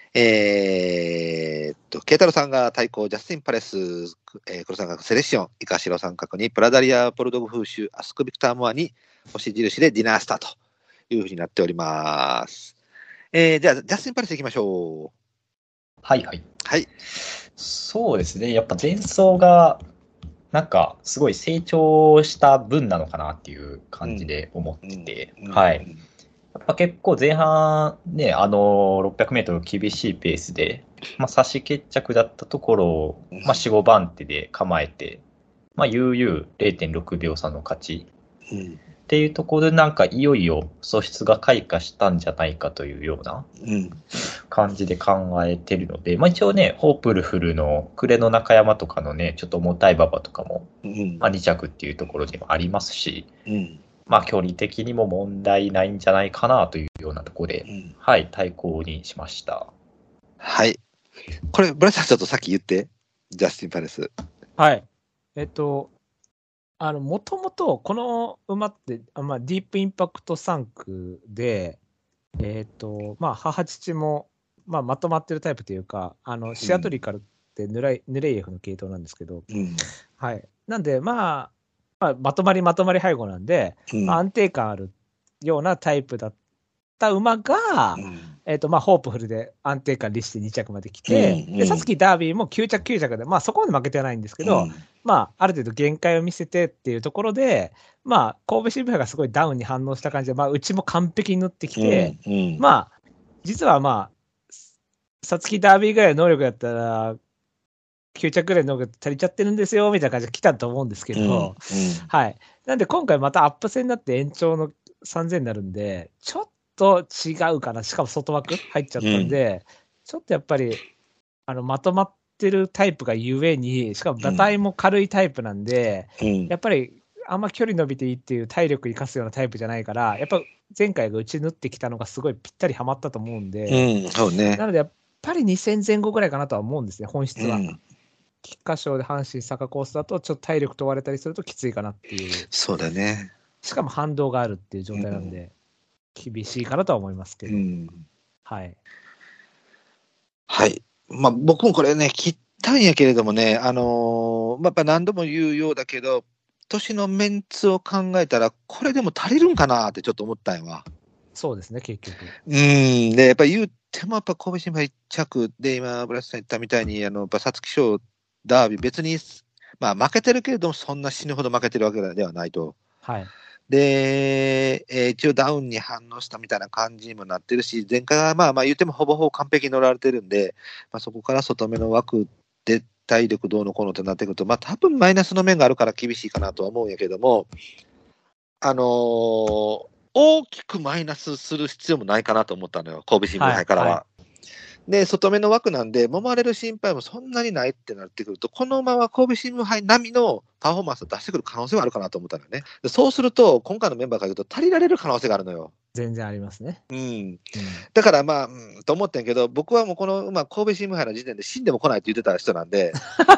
慶太郎さんが対抗ジャスティンパレス、黒三角セレッション、以下白三角にプラダリアポルドグフーシュ、アスクビクターモアに星印でディナースターというふうになっております。じゃあ、ジャスティンパレス行きましょう。 はいはい。 はい。 そうですね。やっぱ前走が、なんか、すごい成長した分なのかなっていう感じで思ってて、はい。やっぱ結構前半ね、600メートル厳しいペースで、差し決着だったところを、4、5番手で構えて、悠々 0.6 秒差の勝ち。っていうところでなんかいよいよ素質が開花したんじゃないかというような感じで考えてるので、一応ね、ホープルフルの暮れの中山とかのね、ちょっと重たい馬場とかも、2着っていうところでもありますし、距離的にも問題ないんじゃないかなというようなところで、はい、対抗にしました。 はい。これ、ブラザーちょっとさっき言って、ジャスティンパレス。 はい。もともとこの馬って、ディープインパクト3区で、母父も、まとまってるタイプというか、シアトリカルってヌレイエフの系統なんですけど、はい。なんで、まとまり背後なんで、安定感あるようなタイプだった馬が、ホープフルで安定感利して2着まで来て、で、サツキダービーも9着で、そこまで負けてないんですけど、ある程度限界を見せてっていうところで、神戸新聞がすごいダウンに反応した感じで、うちも完璧に乗ってきて、実はサツキダービーぐらいの能力だったら、9着ぐらいの能力足りちゃってるんですよ、みたいな感じで来たと思うんですけど、はい。なんで今回またアップ戦になって延長の3000になるんで、ちょっと違うかな。しかも外枠入っちゃったんで、ちょっとやっぱり、まとまってるタイプがゆえに、しかも馬体も軽いタイプなんで、やっぱりあんま距離伸びていいっていう体力生かすようなタイプじゃないから、やっぱ前回が打ち縫ってきたのがすごいぴったりはまったと思うんで、 そうね。 なのでやっぱり2000前後ぐらいかなとは思うんですね、本質は。菊花賞で阪神坂コースだとちょっと体力問われたりするときついかなっていう。 そうだね。 しかも反動があるっていう状態なんで、厳しいかなとは思いますけど。はい。 はい。僕もこれね、切ったんやけれどもね、やっぱ何度も言うようだけど、年のメンツを考えたら、これでも足りるんかなってちょっと思ったんやわ。 そうですね、結局。 で、やっぱ言っても、やっぱ神戸新聞1着で、今、ブラスさん言ったみたいに、皐月賞、ダービー、別に、負けてるけれども、そんな死ぬほど負けてるわけではないと。 はい。 で、一応ダウンに反応したみたいな感じにもなってるし、前回は言ってもほぼほぼ完璧に乗られてるんで、そこから外目の枠で体力どうのこうのってなってくると、多分マイナスの面があるから厳しいかなとは思うんやけども、大きくマイナスする必要もないかなと思ったのよ、神戸新聞杯からは。で、外目の枠なんで、揉まれる心配もそんなにないってなってくると、このまま神戸新聞杯並みのパフォーマンスを出してくる可能性はあるかなと思ったのよね。でそうすると、今回のメンバーから言うと、足りられる可能性があるのよ。 全然ありますね。 だからと思ってんけど、僕はもうこの神戸新聞杯の時点で死んでも来ないって言ってた人なんで。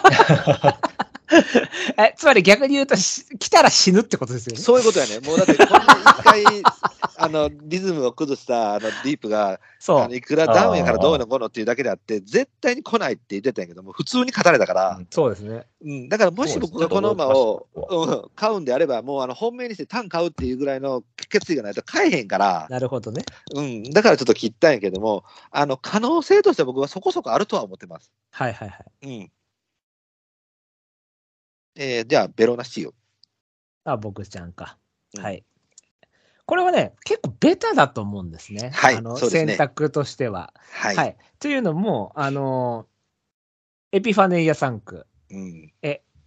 つまり逆に言うと、来たら死ぬってことですよね。 そういうことやね。もうだって、こんな一回、リズムを崩したディープが、いくらダウンやからどうのこうのっていうだけであって、絶対に来ないって言ってたんやけども、普通に勝たれたから。 そうですね。 だからもし僕がこの馬を買うんであれば、もう本命にして単買うっていうぐらいの決意がないと買えへんから。 なるほどね。 だからちょっと切ったんやけども、可能性として僕はそこそこあるとは思ってます。 はいはいはい。 じゃあ、ベローナシティを。 僕ちゃんか。はい。これはね、結構ベタだと思うんですね。 はい。そうですね。 選択としては。 はい。 というのも、エピファネイア3区。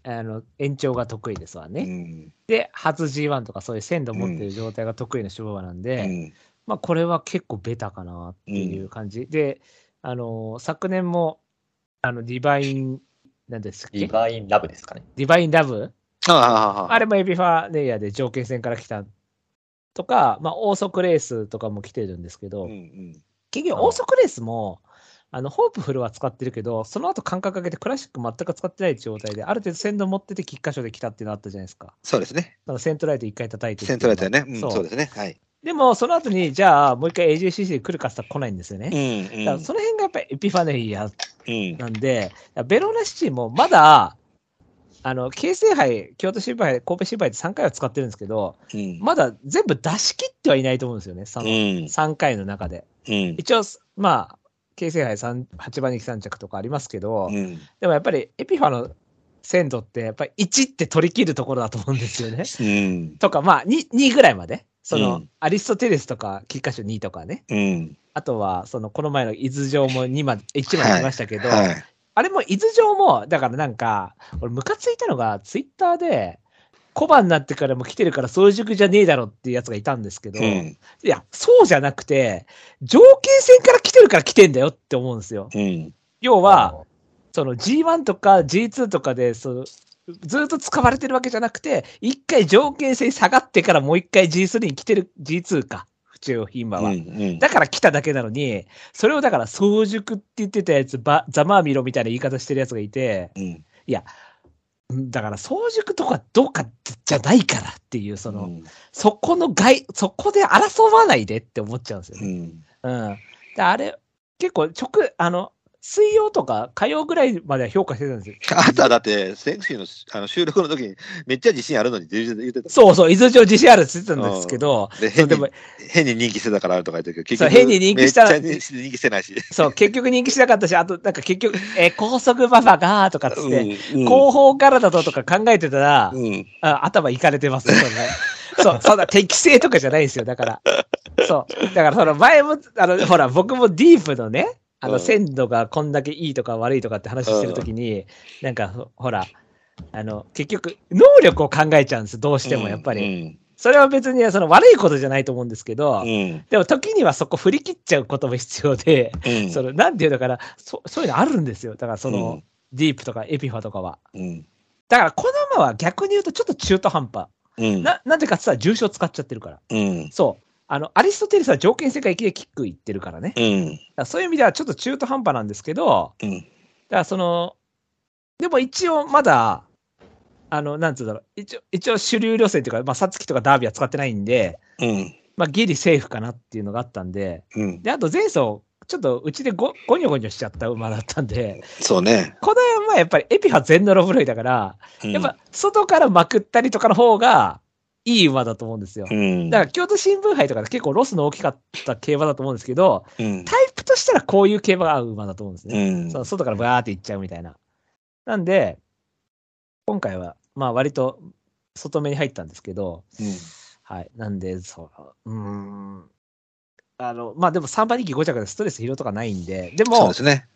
延長が得意ですわね。で、初 G1 とかそういう鮮度を持ってる状態が得意な種馬なんで、まあ、これは結構ベタかなっていう感じ。で、昨年も、ディバイン、なんですっけ？ ディバインラブですかね。 ディバインラブ？あれもエビファネイヤで条件戦から来たとか、まあ、オーソクレースとかも来てるんですけど、結局オーソクレースも、ホープフルは使ってるけど、その後間隔かけてクラシック全く使ってない状態で、ある程度鮮度持ってて、菊花賞で来たっていうのあったじゃないですか。 そうですね。 セントライト1回叩いて。 セントライトね。そうですね。はい。 でも、その後に、じゃあ、もう一回 AJCC で来るかって言ったら来ないんですよね。だからその辺がやっぱりエピファネイアなんで、ベローナシティもまだ、京成杯、京都新杯、神戸新杯って3回は使ってるんですけど、まだ全部出し切ってはいないと思うんですよね、その3回の中で。一応、まあ、京成杯8番人気3着とかありますけど、でもやっぱりエピファの鮮度って、やっぱり1って取り切るところだと思うんですよね。とか、まあ2ぐらいまで。アリストテレスとか、菊花賞2とかね。あとは、この前の伊豆城も1まで来ましたけど、あれも伊豆城も、だからなんか、俺ムカついたのが、ツイッターで、小判になってからも来てるから早熟じゃねえだろっていうやつがいたんですけど、いや、そうじゃなくて、条件戦から来てるから来てんだよって思うんですよ。要は、G1 とか G2 とかで、ずっと使われてるわけじゃなくて、一回条件戦下がってからもう一回 G3 に来てる G2 か。府中牝馬は、だから来ただけなのに、それをだから早熟って言ってたやつ、ざまあみろみたいな言い方してるやつがいて、いや、だから早熟とかどうかじゃないからっていう、そこで争わないでって思っちゃうんですよね。であれ、結構水曜とか火曜ぐらいまでは評価してたんですよ。 あなただって、先週の収録の時にめっちゃ自信あるのに言ってた。 そうそう、伊豆城自信あるって言ってたんですけど、 変に人気してたからとか言ってるけど、 結局変に人気したら、 めっちゃ人気してないし。 そう、結局人気しなかったし、あとなんか結局、高速馬場がとかっつって、後方からだとか考えてたら、頭いかれてますね、そんな適正とかじゃないですよ、だから。そう。だから前も、ほら、僕もディープのね、鮮度がこんだけいいとか悪いとかって話してるときに、なんか、ほら、結局、能力を考えちゃうんです、どうしてもやっぱり。それは別に悪いことじゃないと思うんですけど、でも時にはそこ振り切っちゃうことも必要で、なんていうのかな、そういうのあるんですよ。だからディープとかエピファとかは。だからこの馬は逆に言うとちょっと中途半端。なんでかって言ったら重賞使っちゃってるから。そう。アリストテレスは条件世界でキックいってるからね。そういう意味ではちょっと中途半端なんですけど、だからでも一応まだ、なんつうんだろう、一応主流路線というか、まあ、サツキとかダービーは使ってないんで、まあ、ギリセーフかなっていうのがあったんで、で、あと前走、ちょっとうちでゴニョゴニョしちゃった馬だったんで、 そうね。 この馬はやっぱりエピファ全ノロブロイだから、やっぱ外からまくったりとかの方が、いい馬だと思うんですよ。だから京都新聞杯とかで結構ロスの大きかった競馬だと思うんですけど、タイプとしたらこういう競馬が合う馬だと思うんですね。外からバーっていっちゃうみたいな。なんで、今回はまあ割と外目に入ったんですけど、はい。なんで、まあでも3番人気5着でストレス疲労とかないんで、でも、 そうですね。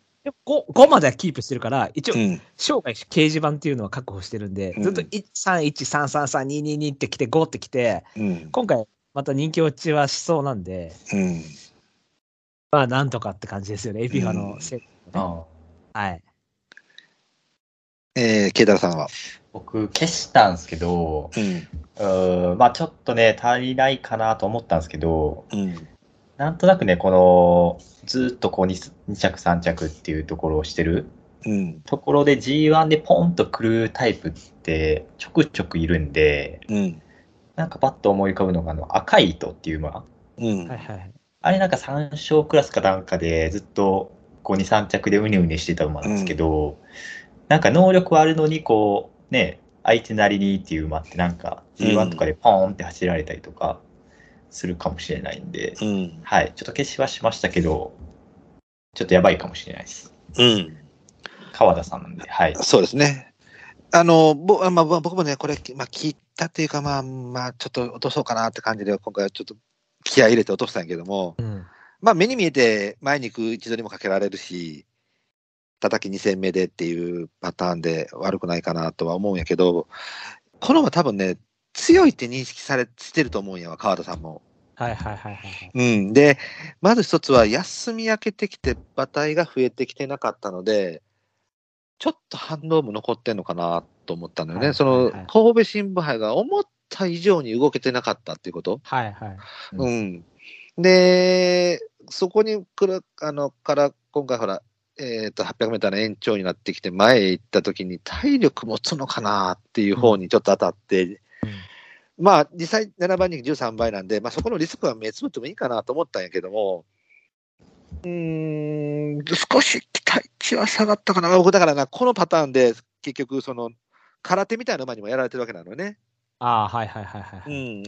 5まではキープしてるから、一応、生涯掲示板っていうのは確保してるんで、ずっと131333222って来て5って来て、今回また人気落ちはしそうなんで、まあなんとかって感じですよね、エピファのセットね。はい。 ケイタロさんは僕消したんですけど、まあちょっとね足りないかなと思ったんですけど、なんとなくねこのずっとこう 2着3着っていうところをしてる、ところで G1 でポンと来るタイプってちょくちょくいるんで、なんかパッと思い浮かぶのが赤い糸っていう馬、あれなんか3勝クラスかなんかでずっとこう 2,3 着でうにうにしてた馬なんですけど、なんか能力あるのにこうね相手なりにっていう馬ってなんか G1 とかでポーンって走られたりとかするかもしれないんで、はい、ちょっと消しはしましたけど、ちょっとやばいかもしれないです。川田さんなんで、はい。 そうですね。僕もね、これ、まあ、聞いたっていうか、まあ、ちょっと落とそうかなって感じで、今回はちょっと気合い入れて落としたんやけども、まあ、目に見えて前に行く位置取りもかけられるし、 叩き2戦目でっていうパターンで悪くないかなとは思うんやけど、このは多分ね、強いって認識してると思うんやわ、川田さんも。 はいはいはいはい。 うん。で、まず一つは、休み明けてきて、馬体が増えてきてなかったので、ちょっと反動も残ってんのかなと思ったのよね。その、神戸新聞杯が思った以上に動けてなかったっていうこと。 はいはい。 うん。で、そこにから今回ほら、800メーターの延長になってきて、前へ行った時に体力持つのかなっていう方にちょっと当たって、まあ、実際7番人気13倍なんで、まあそこのリスクは目つぶってもいいかなと思ったんやけども、少し期待値は下がったかな。僕だからな、このパターンで結局、空手みたいな馬にもやられてるわけなのよね。 ああ、はいはいはいはい。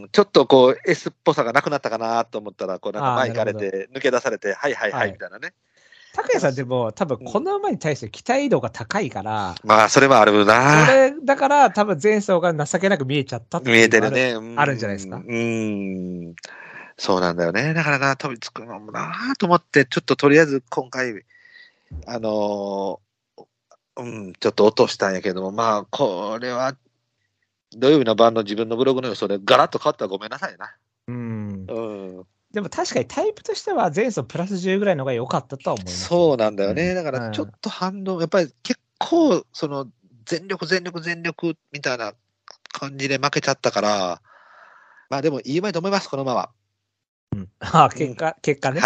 ちょっとこう S っぽさがなくなったかなと思ったら、こうなんか前行かれて、抜け出されて、はいはいはいみたいなね。 拓也さんでも多分この馬に対して期待度が高いから、 まあそれもあるな。 それだから多分前走が情けなく見えちゃったっていう見えてるね。 あるんじゃないですか。 そうなんだよね。だからな、飛びつくのもなと思って、ちょっととりあえず今回、ちょっと落としたんやけども、まあ、これは、土曜日の晩の自分のブログの予想でガラッと変わったらごめんなさいな。 でも確かにタイプとしては前走プラス10ぐらいの方が良かったとは思います。 そうなんだよね。だからちょっと反動、やっぱり結構、全力みたいな感じで負けちゃったから、まあでもいい馬と思います、この馬は。 結果ね。 はい。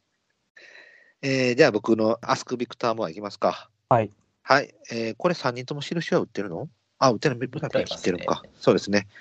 じゃあ僕のアスクビクターモアいきますか。 はい。 はい。これ3人とも印は売ってるの？売ってるの？ブタピン切ってるのか。そうですね。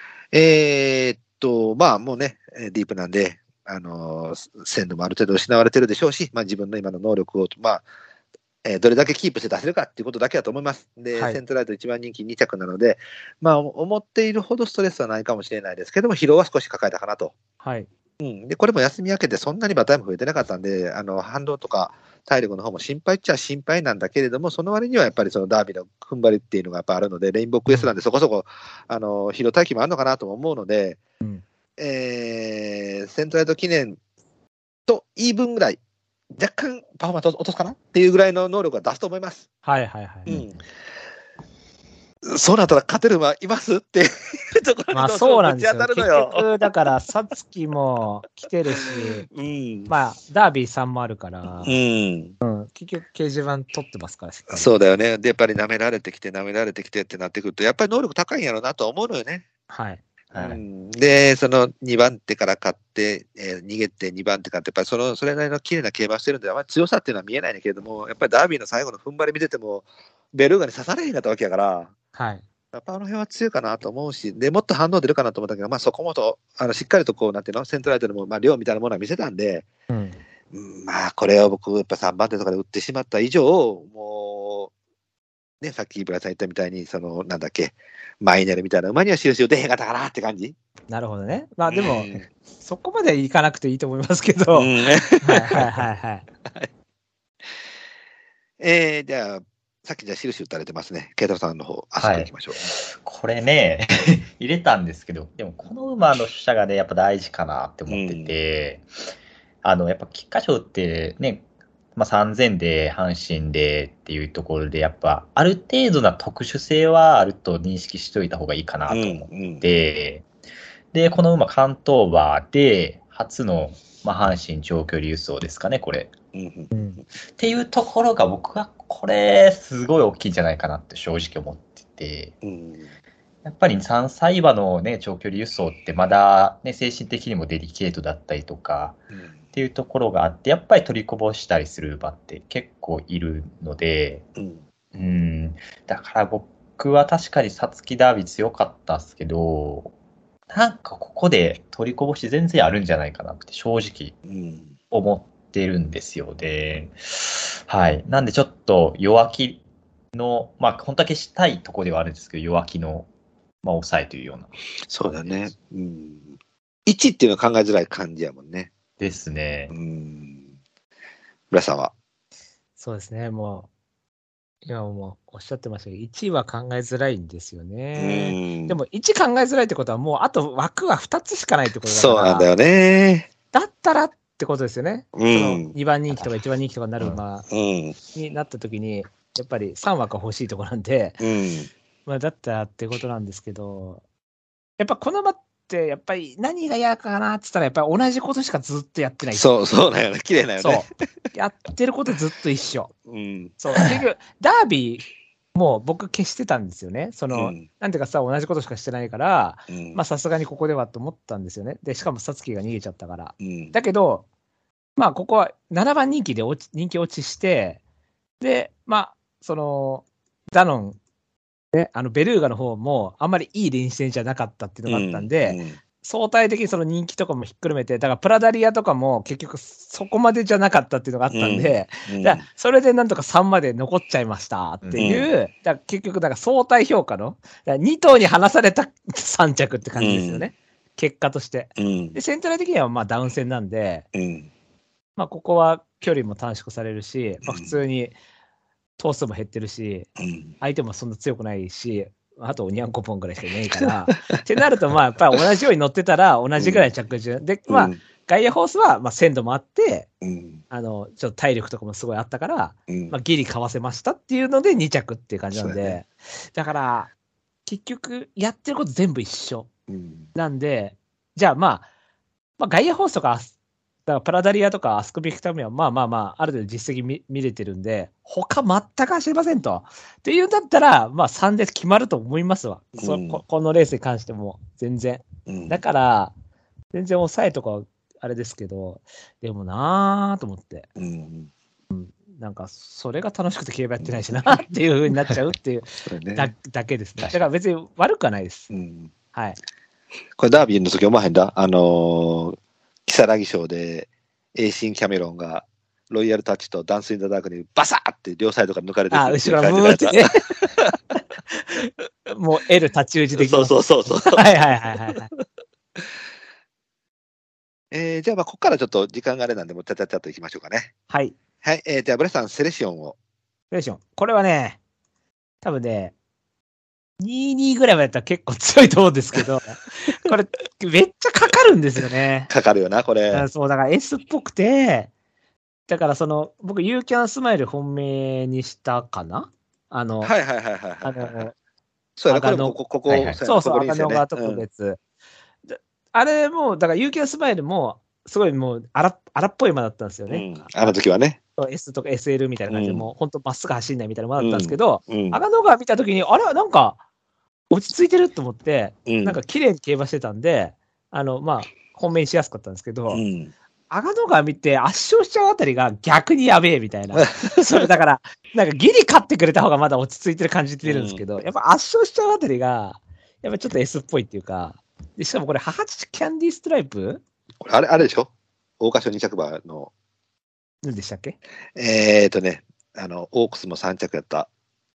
まあもうね、ディープなんで、鮮度もある程度失われてるでしょうし、まあ自分の今の能力を、まあ、どれだけキープして出せるかっていうことだけだと思います。で、セントライト1番人気2着なので、まあ思っているほどストレスはないかもしれないですけども、疲労は少し抱えたかなと。 はい。 で、これも休み明けてそんなに馬体も増えてなかったんで、反動とか体力の方も心配っちゃ心配なんだけれども、その割にはやっぱりそのダービーの踏ん張りっていうのがやっぱあるので、レインボークエストなんでそこそこ、疲労待機もあるのかなとも思うので、セントライト記念とイーブンぐらい、若干パフォーマンス落とすかなっていうぐらいの能力は出すと思います。 はいはいはい。 そうなったら勝てる馬いますっていうところにそうなんですよ。結局、だから、さつきも来てるし、まあ、ダービー3もあるから、結局、掲示板取ってますから、 そうだよね。で、やっぱり舐められてきてってなってくると、やっぱり能力高いんやろうなと思うのよね。 はい。 で、その2番手から勝って、逃げて2番手勝って、やっぱりそれなりの綺麗な競馬してるんで、あまり強さっていうのは見えないんだけれども、やっぱりダービーの最後の踏ん張り見てても、ベルーガに刺されへんかったわけやから、 はい。 やっぱ辺は強いかなと思うし、でもっと反応出るかなと思ったけど、まあそこもしっかりとこう、なんていうの、セントライトでも、まあ量みたいなものは見せたんで、まあこれを僕、やっぱ3番手とかで打ってしまった以上、もう、ね、さっきブラさん言ったみたいに、なんだっけ、マイネルみたいな馬には印を出へんかったかなって感じ。 なるほどね。まあでも、そこまでいかなくていいと思いますけど。はいはいはい。 じゃあ、さっきじゃあ印打たれてますね。慶太郎さんの方、あそこ行きましょう。 これね、入れたんですけど、でもこの馬の主者がね、やっぱ大事かなって思ってて、やっぱ菊花賞ってね、まあ、3000で阪神でっていうところで、やっぱある程度な特殊性はあると認識しておいた方がいいかなと思って、で、この馬関東馬で初の、まあ、阪神長距離輸送ですかね、これ。っていうところが僕はこれすごい大きいんじゃないかなって正直思ってて、やっぱり3歳馬のね、長距離輸送ってまだね、精神的にもデリケートだったりとか、っていうところがあって、やっぱり取りこぼしたりする馬って結構いるので、だから僕は確かに皐月ダービー強かったっすけど、なんかここで取りこぼし全然あるんじゃないかなって正直思ってるんですよ。で、はい。なんでちょっと弱気の、まあ本当は消したいところではあるんですけど、弱気の、まあ抑えというような。 そうだね。1っていうのは考えづらい感じやもんね。 ですね。 村さんは？ そうですね。もう、今もおっしゃってましたけど、1は考えづらいんですよね。でも1考えづらいってことは、もうあと枠は2つしかないってことだから。 そうなんだよね。 だったらっってことですよね。その2番人気とか1番人気とかになる馬になった時に、やっぱり3枠欲しいところなんで、まあだったらってことなんですけど、やっぱこの馬って、やっぱり何が嫌かなって言ったら、やっぱり同じことしかずっとやってない。 そうだよね。綺麗だよね。 そう。やってることずっと一緒。そう。結局、ダービーも僕消してたんですよね。なんていうかさ、同じことしかしてないから、まあさすがにここではと思ったんですよね。で、しかもサツキが逃げちゃったから。だけど、まあここは7番人気で人気落ちして、で、まあ、ダノン、ね、ベルーガの方もあんまりいい連戦じゃなかったっていうのがあったんで、相対的にその人気とかもひっくるめて、だからプラダリアとかも結局そこまでじゃなかったっていうのがあったんで、だそれでなんとか3まで残っちゃいましたっていう、だ結局だから相対評価の、2頭に離された3着って感じですよね。結果として。で、セントラル的にはまあダウン戦なんで、まあここは距離も短縮されるし、まあ、普通に頭数も減ってるし、相手もそんな強くないし、あとおにゃんこぽんぐらいしかいないから、ってなると、まあ、やっぱり同じように乗ってたら、同じぐらい着順。で、まあ、ガイアホースは、まあ、鮮度もあって、ちょっと体力とかもすごいあったから、まあ、ギリかわせましたっていうので2着っていう感じなんで、だから、結局、やってること全部一緒。なんで、じゃあまあ、ガイアホースとか、だからプラダリアとかアスクビクタミはまあ、ある程度実績見れてるんで、他全く走りませんと。っていうんだったら、まあ3で決まると思いますわ。このレースに関しても、全然。だから、全然抑えとかあれですけど、でもなぁと思って。なんか、それが楽しくて競馬やってないしなっていう風になっちゃうっていうだけですね。だから別に悪くはないです。はい。 これダービーの時思わへんだ如月賞で、エイシン・キャメロンが、ロイヤルタッチとダンス・イン・ザ・ダークにバサーって両サイドから抜かれてる。 後ろがムーってね。もう L 太刀打ちできます。 そう。 はい。 じゃあ、まあ、ここからちょっと時間があれなんで、もうちゃっといきましょうかね。 はい。 はい。じゃあ、ブレさん、セレシオンを。 セレシオン。これはね、多分ね、2-2ぐらいまでやったら結構強いと思うんですけど、これ、めっちゃかかるんですよね。 かかるよな、これ。 そう、だから S っぽくて、だから僕、You Can Smile 本命にしたかなはい。そうやな、ここ、 そう、赤野川特別。あれも、だから You Can Smile も、すごいもう荒っぽい馬だったんですよね。 あの時はね。 S とか SL みたいな感じで、もう本当まっすぐ走んないみたいな馬だったんですけど、赤野川見たときに、あれなんか、落ち着いてると思って、なんか綺麗に競馬してたんで、まあ、本命にしやすかったんですけど、赤野川見て圧勝しちゃうあたりが逆にやべえみたいな。それだから、なんかギリ勝ってくれた方がまだ落ち着いてる感じてるんですけど、やっぱ圧勝しちゃうあたりが、やっぱちょっと S っぽいっていうか、でしかもこれ、母父キャンディーストライプあれでしょ桜花賞2着馬の。 何でしたっけオークスも3着やった。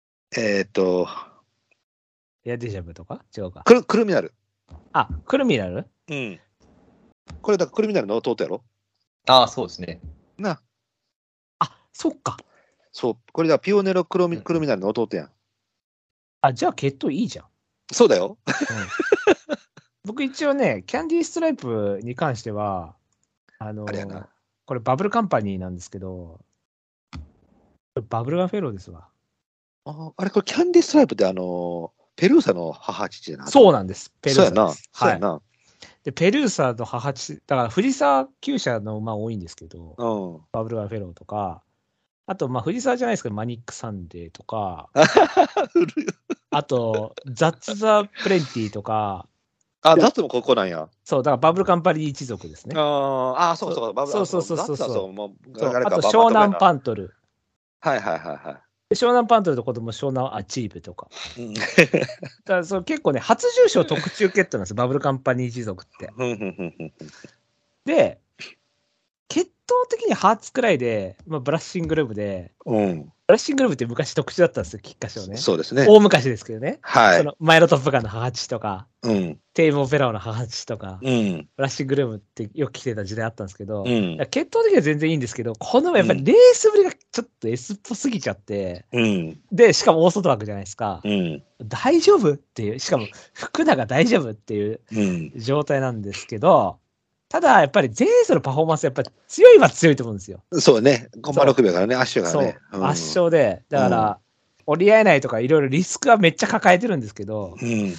エアデジャブとか違うか。 クルミナル。 あ、クルミナルこれだからクルミナルの弟やろああ、そうですね。 な。 あ、そっか。 そう。これだ、ピオネロクルミナルの弟やん。 あ、じゃあ血統いいじゃん。 そうだよ。 僕一応ね、キャンディーストライプに関しては、これバブルカンパニーなんですけど、バブルガンフェローですわ。 あれ、これキャンディーストライプってペルーサの母父じゃなくて。 そうなんです。ペルーサです。 そうやな。 で、ペルーサの母父、だから藤沢厩舎の馬多いんですけど、バブルガンフェローとか、あと、まあ、藤沢じゃないですけど、マニックサンデーとか、あと、ザッツ・ザ・プレンティとか、 ザッツもここなんや。 そう、だからバブルカンパニー一族ですね。 そう、バブルカンパニー。そう。 あと、湘南パントル。 はい。 湘南パントルと子供、湘南アチーブとか。だから結構ね、初重賞特注決闘なんですよ、バブルカンパニー一族って。で、血統的にハーツくらいで、まあ、ブラッシングルームで、ブラッシングルームって昔特殊だったんですよ、菊花賞ね。 そうですね。 大昔ですけどね。 はい。 そのマイロトップガンの母父とか、テイムオペラオの母父とか、ブラッシングルームってよく来てた時代あったんですけど、血統的には全然いいんですけど、このやっぱりレースぶりがちょっと S っぽすぎちゃって、で、しかもオーソドラックじゃないですか。大丈夫っていう、しかも福永大丈夫っていう状態なんですけど、 ただ、やっぱり前走のパフォーマンス、やっぱり強いは強いと思うんですよ。 そうね。コンマ6秒からね、圧勝がね。 そう、圧勝で、だから、折り合えないとか、いろいろリスクはめっちゃ抱えてるんですけど、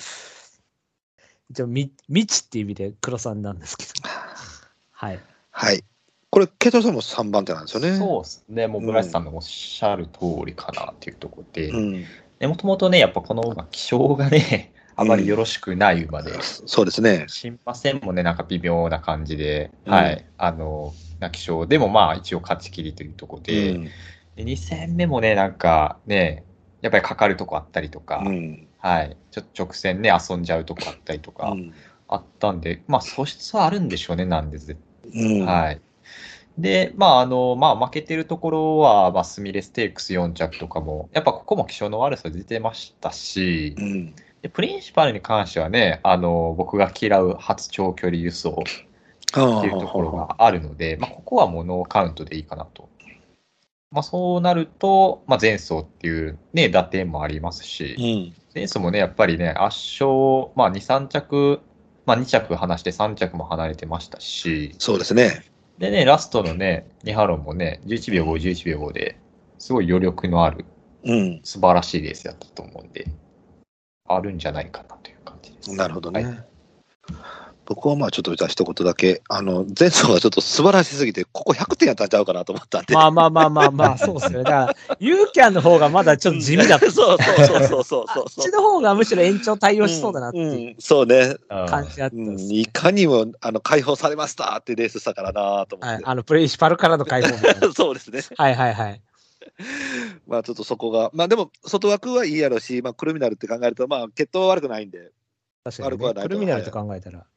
一応、未知っていう意味で黒さんなんですけど。はい。 はい。これ、ケイトさんも3番手なんですよね。 そうですね。もう、ブラシさんのおっしゃる通りかなっていうところで、もともとね、やっぱこの馬、気性がね、あまりよろしくない馬で、 そうですね。 新馬戦もね、なんか微妙な感じで、はい、気性でもまあ、一応勝ち切りというところで、2戦目もね、なんかね、やっぱりかかるとこあったりとか、はい、ちょっと直線ね、遊んじゃうとこあったりとか、あったんで、まあ、素質はあるんでしょうね、なんではい。で、まあ、負けてるところは、スミレステークス4着とかも、やっぱここも気性の悪さ出てましたし、でプリンシパルに関してはね、僕が嫌う初長距離輸送っていうところがあるので、ここはもうノーカウントでいいかなと。そうなると、前走っていうね、打点もありますし、前走もね、やっぱりね、圧勝、2、3着、2着離して3着も離れてましたし、 そうですね。 でね、ラストのね、ニハロンもね、11秒5、11秒5で、すごい余力のある、素晴らしいレースやったと思うんで、あるんじゃないかなという感じです。 なるほどね。はい、僕はちょっとじゃあ一言だけ、前走がちょっと素晴らしすぎて、ここ100点やったんちゃうかなと思ったんで。 そうですよね。だから、ユーキャンの方がまだちょっと地味だった。 そう。 こっちの方がむしろ延長対応しそうだなっていう、 そうね。 感じだったんです、 いかにも、解放されましたってレースしたからなと思って。 はい、プレイシパルからの解放そうですね。 はい。 ちょっとそこが、でも、外枠はいいやろし、クルミナルって考えると、血統は悪くないんで。 確かに、ね、悪くはないと。クルミナルって考えたら。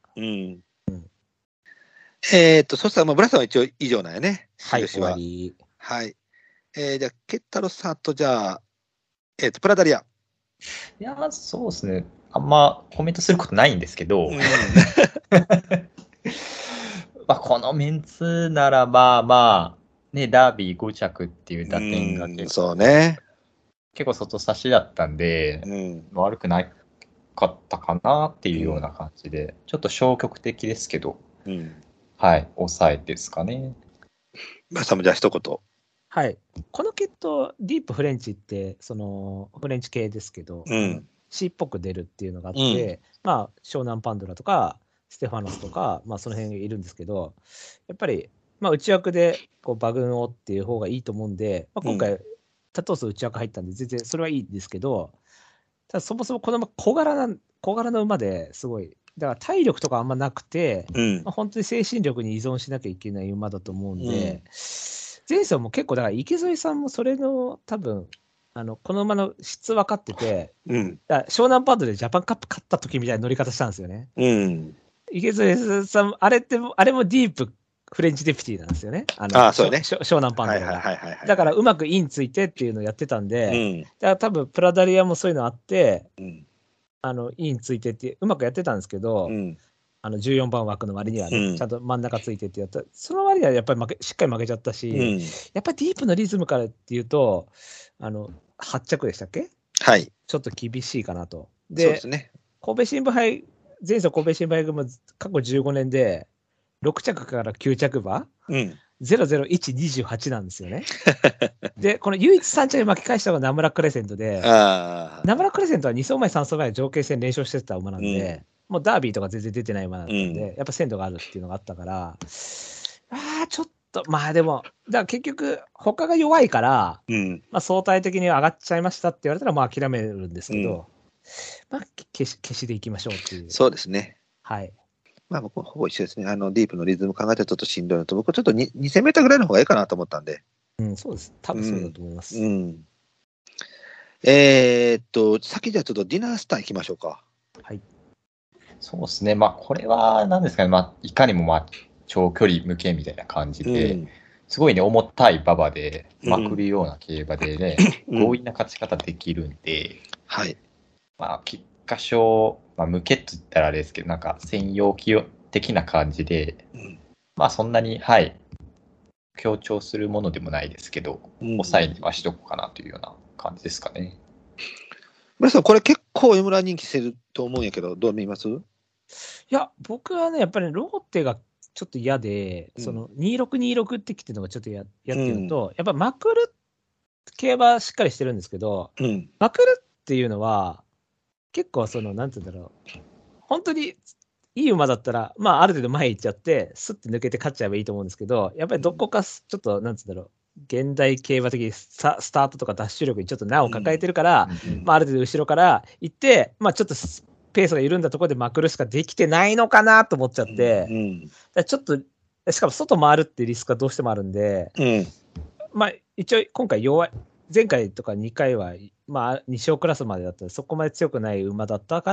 そしたら、ブラさんは一応以上なんやね。 はい、終わり。 はい。じゃあ、ケッタロさんと、じゃあ、プラダリア。 いや、そうですね。あんまコメントすることないんですけど、このメンツならね、ダービー5着っていう打点が結構、 そうね。 結構外差しだったんで、悪くなかったかなっていうような感じで、ちょっと消極的ですけど、はい、抑えですかね。 さんもじゃあ一言。 はい。この血統、ディープフレンチって、フレンチ系ですけど、C っぽく出るっていうのがあって、湘南パンドラとか、ステファノスとか、その辺いるんですけど、やっぱり、内枠で馬群をっていう方がいいと思うんで、今回、多頭数内枠入ったんで、全然それはいいんですけど、ただそもそもこの小柄の馬ですごい、だから体力とかあんまなくて、本当に精神力に依存しなきゃいけない馬だと思うんで、前走も結構、だから池添さんもそれの多分、この馬の質分かってて、だ湘南パンドでジャパンカップ勝った時みたいな乗り方したんですよね。池添さん、あれもディープフレンチデプティなんですよね。 そうね。 湘南パンドが。だからうまくインついてっていうのをやってたんで、だから多分プラダリアもそういうのあって、インついてってうまくやってたんですけど、14番枠の割にはね、ちゃんと真ん中ついてってやった。その割にはやっぱりしっかり負けちゃったし、やっぱりディープのリズムからっていうと、8着でしたっけ？ はい。 ちょっと厳しいかなと。 で、そうですね。 神戸新聞杯、前走神戸新聞杯組過去15年で、6着から9着馬、00128なんですよね。で、この唯一3着で巻き返したのがナムラクレセントで、ナムラクレセントは2走前、3走前条件戦連勝してた馬なんで、もうダービーとか全然出てない馬だったんで、やっぱ鮮度があるっていうのがあったから、ちょっと、でも、だから結局、他が弱いから、相対的に上がっちゃいましたって言われたら、諦めるんですけど、消しでいきましょうっていう。 そうですね。 はい。 僕ほぼ一緒ですね。ディープのリズム考えたらちょっとしんどいのと、僕はちょっと2000メーターぐらいの方がいいかなと思ったんで。 そうです。多分そうだと思います。 先じゃあちょっとディナースター行きましょうか。 はい。 そうですね。これは何ですかね。いかにも長距離向けみたいな感じで、すごいね、重たい馬場でまくるような競馬でね、強引な勝ち方できるんで、 はい。 菊花賞、向けって言ったらあれですけど、なんか専用的な感じで、そんなに、強調するものでもないですけど、抑えにはしとこうかなというような感じですかね。 村さん、これ結構 M ラ人気してると思うんやけど、どう見ます？ いや、僕はね、やっぱりローテがちょっと嫌で、その2626ってきてるのがちょっと嫌っていうと、やっぱまくる系はしっかりしてるんですけど、まくるっていうのは、結構なんて言うんだろう。本当にいい馬だったら、まあある程度前行っちゃって、スッて抜けて勝っちゃえばいいと思うんですけど、やっぱりどこかちょっと、なんて言うんだろう。現代競馬的にスタートとかダッシュ力にちょっと難を抱えてるから、まあある程度後ろから行って、まあちょっとペースが緩んだところでまくるしかできてないのかなと思っちゃって、ちょっと、しかも外回るっていうリスクがどうしてもあるんで、まあ一応今回前回とか2回は、まあ2勝クラスまでだったらそこまで強くない馬だったから、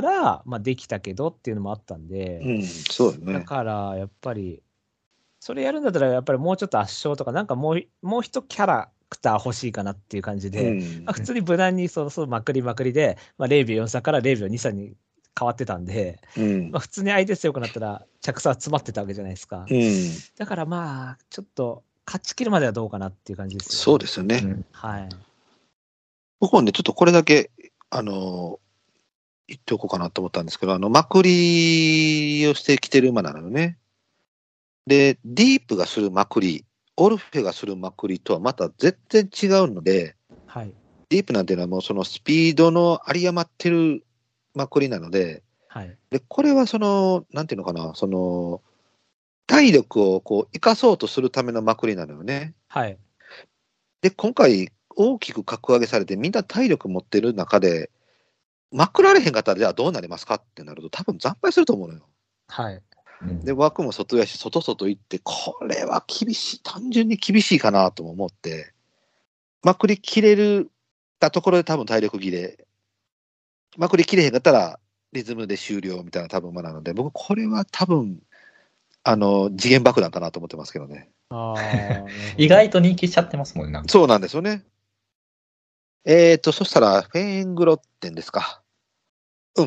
まあできたけどっていうのもあったんで、 そうだね。 だからやっぱり、それやるんだったらやっぱりもうちょっと圧勝とか、なんかもう一キャラクター欲しいかなっていう感じで、まあ、普通に無難にまくりまくりで、まあ、0秒4差から0秒2差に変わってたんで、まあ、普通に相手強くなったら着差は詰まってたわけじゃないですか。だからまあ、ちょっと勝ち切るまではどうかなっていう感じです、ね。 そうですよね。 はい。 僕もね、ちょっとこれだけ、言っておこうかなと思ったんですけど、まくりをしてきてる馬なのね。で、ディープがするまくり、オルフェがするまくりとはまた全然違うので、 はい、 ディープなんていうのはもうそのスピードの有り余ってるまくりなので、 はい、 でこれはなんていうのかな、体力をこう生かそうとするためのまくりなのよね。 はい。 で、今回大きく格上げされてみんな体力持ってる中で、まくられへんかったらじゃあどうなりますかってなると多分惨敗すると思うのよ。 はい。 で、枠も外やし、外行って、これは厳しい、単純に厳しいかなとも思って、まくり切れるたところで多分体力切れ、まくり切れへんかったらリズムで終了みたいな多分馬なので、僕これは多分、次元爆弾かなと思ってますけどね。 意外と人気しちゃってますもんね。 そうなんですよね。そしたら、フェーングロッテンですか。結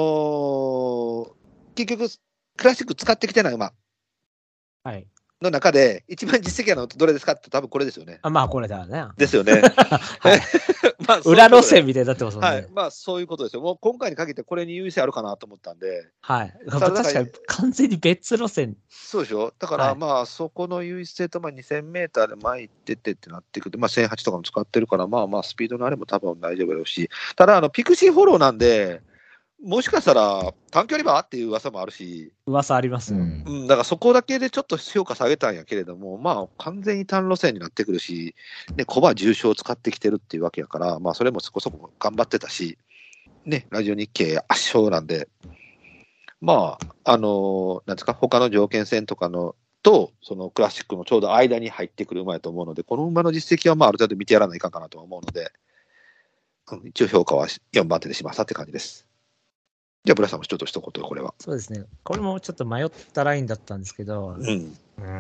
局、クラシック使ってきてない馬の中で、一番実績あるのどれですかって多分これですよね。 まあこれだね。 ですよね。 まあ、裏路線みたいになってますもんね。 はい。まあそういうことですよ。もう今回に限ってこれに優位性あるかなと思ったんで。 はい。確かに完全に別路線。 そうでしょ。だからまあそこの優位性と2000メーターで前行っててってなってくると、まあ1008とかも使ってるから、まあまあスピードのあれも多分大丈夫だろうし、ただピクシーフォローなんで、もしかしたら短距離馬っていう噂もあるし、 噂ありますよ。 だからそこだけでちょっと評価下げたんやけれども、まあ完全に単路線になってくるし、ね、コバ重賞を使ってきてるっていうわけやから、まあそれもそこそこ頑張ってたし、ね、ラジオ日経圧勝なんで、まあ、なんですか、他の条件戦とかのと、そのクラシックのちょうど間に入ってくる馬やと思うので、この馬の実績はまあある程度見てやらないかんかなと思うので、一応評価は4番手でしましたって感じです。じゃあ、ブラさんもちょっと一言、これは。 そうですね。これもちょっと迷ったラインだったんですけど、ね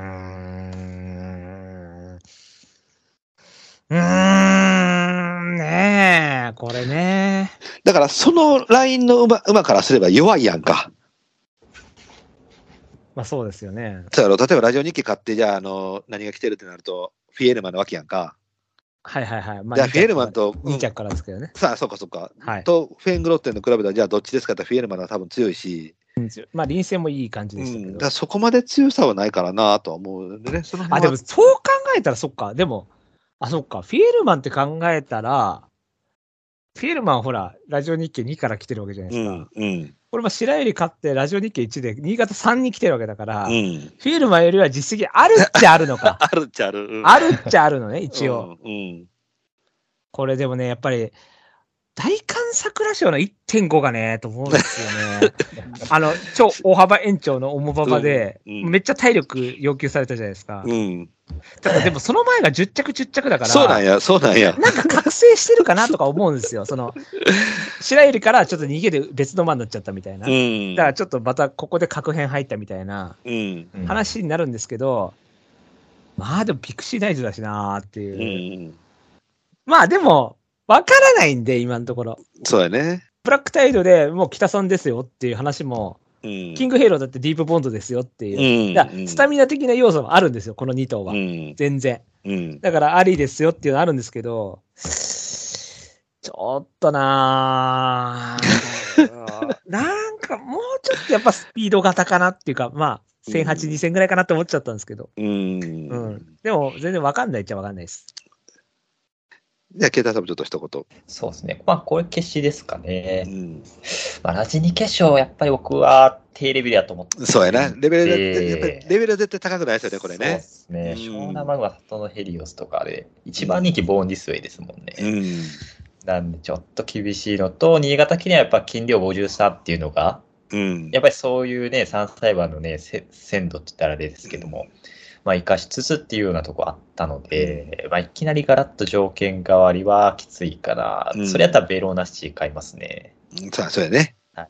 え、これね。 だから、そのラインの馬からすれば弱いやんか。 まあそうですよね。 そうやろ、例えばラジオ日記買って、じゃあ、何が来てるってなると、フィエルマンなわけやんか。 はいはいはい。 まあ、じゃあフィエルマンと、 2着からですけどね。 さあ、そうかそうか。はい、と、フェーングロッテンの比べたら、じゃあどっちですかってフィエルマンは多分強いし。 まあ、臨戦もいい感じでしたけど。 だからそこまで強さはないからなとは思うんでね。 でもそう考えたら、そっか。でも、そっか。フィエルマンって考えたら、フィエルマンほら、ラジオ日経2から来てるわけじゃないですか。これも白百合勝って、ラジオ日経1で、新潟3に来てるわけだから、フィエルマンよりは実績あるっちゃあるのか。 あるっちゃある。 あるっちゃあるのね、一応。これでもね、やっぱり、大寒桜賞の 1.5 がね、と思うんですよね。超大幅延長の重馬場で、めっちゃ体力要求されたじゃないですか。ただでもその前が10着だから。 そうなんや、そうなんや。 なんか覚醒してるかなとか思うんですよ。白百合からちょっと逃げで別の馬になっちゃったみたいな。だからちょっとまたここで確変入ったみたいな話になるんですけど、まあでもピクシー大豆だしなーっていう。まあでも、わからないんで、今のところ。 そうやね。 ブラックタイドでもう北さんですよっていう話も、キングヘイローだってディープボンドですよっていう。だからスタミナ的な要素もあるんですよ、この2頭は。全然。だからありですよっていうのあるんですけど、ちょっとなんかもうちょっとやっぱスピード型かなっていうか、まあ、 1008、2000ぐらいかなって思っちゃったんですけど。うん。でも、全然わかんないっちゃわかんないです。 じゃあ、ケイタさんもちょっと一言。 そうですね。まあ、これ消しですかね。まあ、ラジニ化粧、やっぱり僕は低レベルやと思って。 そうやな。レベルは絶対高くないですよね、これね。そうですね。湘南マグマ、里のヘリオスとかで、一番人気ボーンディスウェイですもんね。なんで、ちょっと厳しいのと、新潟記念はやっぱ斤量53っていうのが、やっぱりそういうね、3歳馬のね、鮮度って言ったらあれですけども、まあ、生かしつつっていうようなとこあったので、まあ、いきなりガラッと条件変わりはきついから、それやったらベローナシティ買いますね。 そうやね。はい。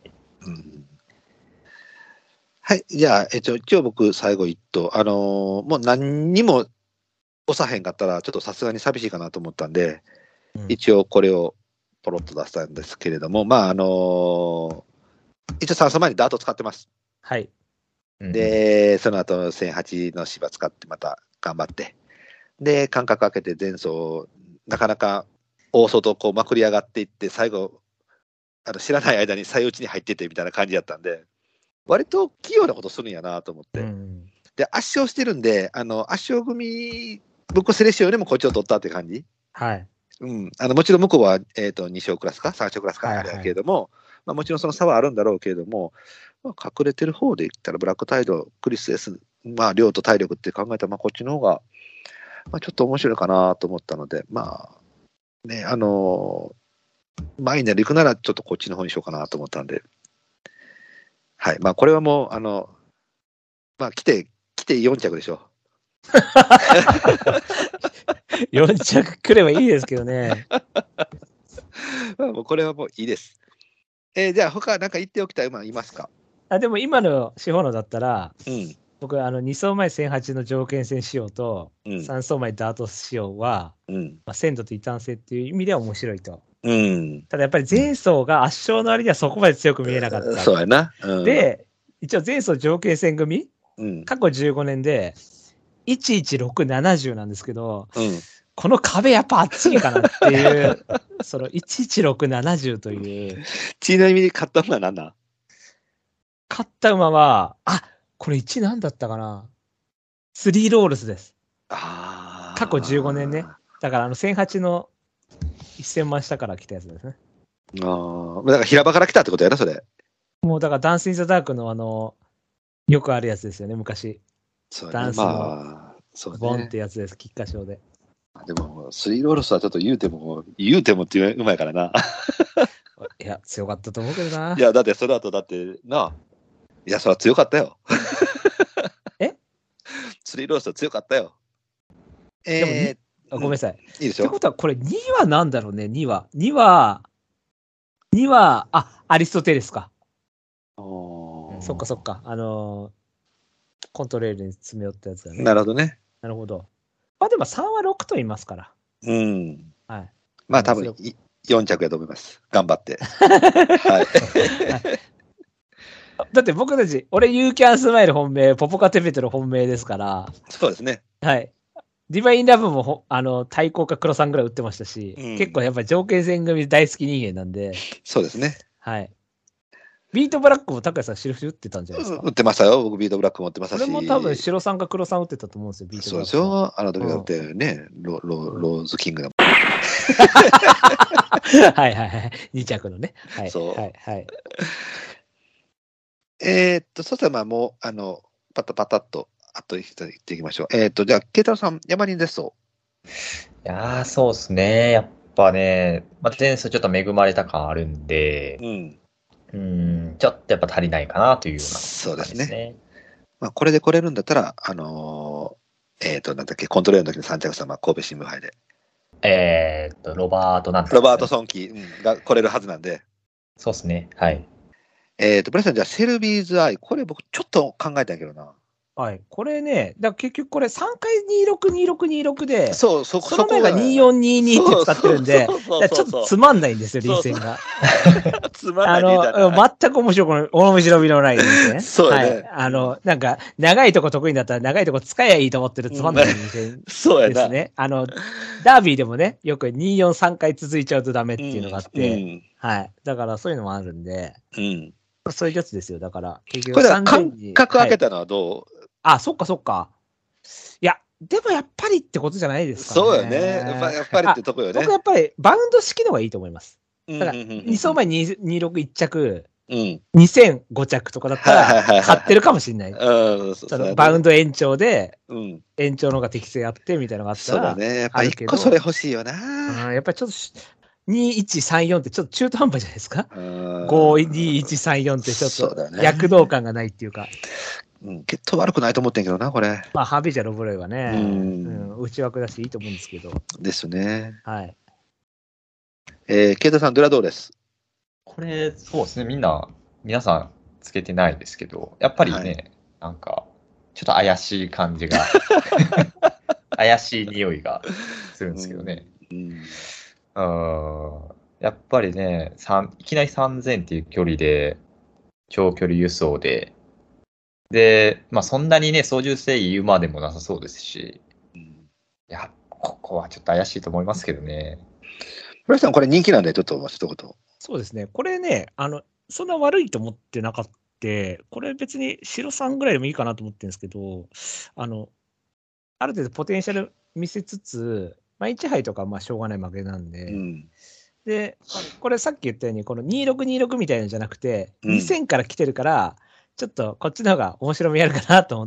はい。じゃあ、今日僕最後一頭、もう何にも押さへんかったら、ちょっとさすがに寂しいかなと思ったんで、一応これをポロッと出したんですけれども、まあ、一応3走前にダート使ってます。 はい。 で、その後1008の芝使ってまた頑張って、で、間隔空けて前走、なかなか大外こうまくり上がっていって、最後、知らない間に最内に入っててみたいな感じだったんで、割と器用なことするんやなと思って。で、圧勝してるんで、圧勝組、僕セレシオでもこっちを取ったって感じ。 はい。 もちろん向こうは、2勝クラスか、3勝クラスか、あれだけれども、まあ、もちろんその差はあるんだろうけれども、まあ、隠れてる方で言ったら、ブラックタイド、クリス S、まあ、量と体力って考えたら、まあ、こっちの方が、まあ、ちょっと面白いかなと思ったので、まあ、ね、マイナーで行くなら、ちょっとこっちの方にしようかなと思ったんで、はい、まあ、これはもう、まあ、来て4着でしょ。 4着来ればいいですけどね。 もうこれはもういいです。じゃあ他なんか言っておきたい馬いますか？ でも今の司法のだったら、僕2走前1008の条件戦仕様と、3走前ダート仕様は、まあ、鮮度と異端性っていう意味では面白いと。ただやっぱり前走が圧勝の割にはそこまで強く見えなかった。 そうやな。 で、一応前走条件戦組、過去15年で11670なんですけど、この壁やっぱ熱いかなっていう、その11670という。 ちなみに勝った馬は何だ？ 勝った馬は、これ1なんだったかな。3ロールスです。過去15年ね。だから1008の1000万下から来たやつですね。 だから平場から来たってことやな、それ。 もうだからダンスインザダークのよくあるやつですよね、昔。 そうね、 ダンスのボンってやつです、菊花賞で。 でも、3ロールスはちょっと言うてもっていううまいからな。 いや、強かったと思うけどな。 いや、だってその後だってな、いや、それは強かったよ。3ロールスは強かったよ。 でもごめんなさい。 いいでしょ。 ってことは、これ2はなんだろうね、2は。2は、アリストテレスか。そっかそっか。コントレールに詰め寄ったやつだね。 なるほどね。 なるほど。まあでも3は6と言いますから。はい。 まあ多分4着やと思います。頑張って。はい。 だって僕たち、俺ユーキャンスマイル本命、ポポカテペテロ本命ですから。 そうですね。 はい。ディバインラブも対抗か黒さんぐらい打ってましたし、結構やっぱり条件戦組大好き人間なんで。 そうですね。 はい。ビートブラックも高谷さん印打ってたんじゃないですか。 打ってましたよ。僕ビートブラック持ってましたし。 これも多分白さんか黒さん打ってたと思うんですよ、ビートブラック。 そうですよ。あの時だってね、ローズキングだもん。 はいはいはい。2着のね。はい。 そう。 はいはい。 そしたらまあもう、パタッと、あと言っていきましょう。じゃあ、慶太郎さん、山人ですと。 いやー、そうですね。やっぱね、前走ちょっと恵まれた感あるんで、ちょっとやっぱ足りないかなというような感じですね。そうですね。 まあ、これで来れるんだったら、なんだっけ、コントレールの時の3着様、神戸新聞杯で。 ロバートなんロバート・ソンキーが来れるはずなんで。 そうですね。はい。 ブレさん、じゃあ、セルビーズ・アイ、これ僕ちょっと考えたんやけどな。 はい。これね、だから結局これ3回2626で、 その前が2422って使ってるんで、ちょっとつまんないんですよ、臨戦が。 つまんない。 全く面白みのない臨戦。 そうね。 はい。なんか、長いとこ得意だったら長いとこ使えばいいと思ってるつまんない臨戦ですね。ダービーでもね、よく243回続いちゃうとダメっていうのがあって、はい。だからそういうのもあるんで、 そういうやつですよ。だから、 結局これは間隔開けたのはどう、 はい、そっかそっか。いや、でもやっぱりってことじゃないですかね。 そうよね。やっぱりってとこよね。 僕やっぱりバウンド式の方がいいと思います。だから、2走前に26、1着、2005着とかだったら、買ってるかもしれない。バウンド延長で、延長の方が適正あって、みたいなのがあったら。 そうだね。やっぱ1個それ欲しいよな。 やっぱりちょっと、2134ってちょっと中途半端じゃないですか。52134ってちょっと躍動感がないっていうか。 決闘悪くないと思ってんけどな、これ。 まあ、ハービージャー・ロブロイはね、内枠だしいいと思うんですけど。 ですね。 はい。 ケイタさん、ドラどうです？ これ、そうですね、皆さんつけてないですけど、やっぱりね、なんか、ちょっと怪しい感じが、怪しい匂いがするんですけどね。やっぱりね、いきなり3000っていう距離で、長距離輸送で、まあそんなにね、操縦性いい馬でもなさそうですし、いや、ここはちょっと怪しいと思いますけどね。 村井さん、これ人気なんで、ちょっと一言。 そうですね。これね、そんな悪いと思ってなかった。これ別に白3ぐらいでもいいかなと思ってるんですけど、ある程度ポテンシャル見せつつ、まあ、1杯とかまあしょうがない負けなんで、で、これさっき言ったように、この2626みたいなのじゃなくて、2000から来てるから、ちょっとこっちの方が面白みあるかなと思って、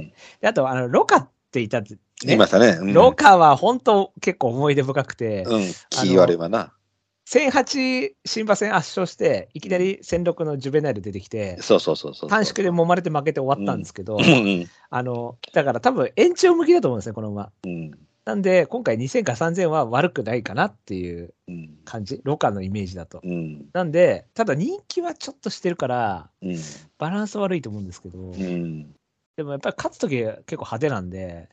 であと、ロカっていたって、 ね、いましたね。 ロカは本当結構思い出深くて、 気悪いわな。 1008新馬戦圧勝して、いきなり1006のジュベナイル出てきて、短縮で揉まれて負けて終わったんですけど、だから多分延長向きだと思うんですね、この馬。なんで、今回2000から3000は悪くないかなっていう感じ、ロカのイメージだと。なんで、ただ人気はちょっとしてるから、バランス悪いと思うんですけど、でもやっぱり勝つとき結構派手なんで、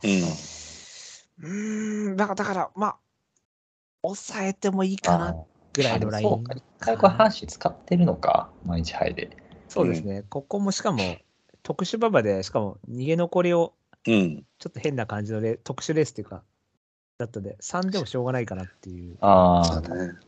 だから、まあ、抑えてもいいかなぐらいのライン。そうか、 一回これ阪神使ってるのか、毎日杯で。 そうですね、ここもしかも、特殊馬場で、しかも逃げ残りを、ちょっと変な感じの特殊レースっていうか、だったんで、3でもしょうがないかなっていう。 そうだね。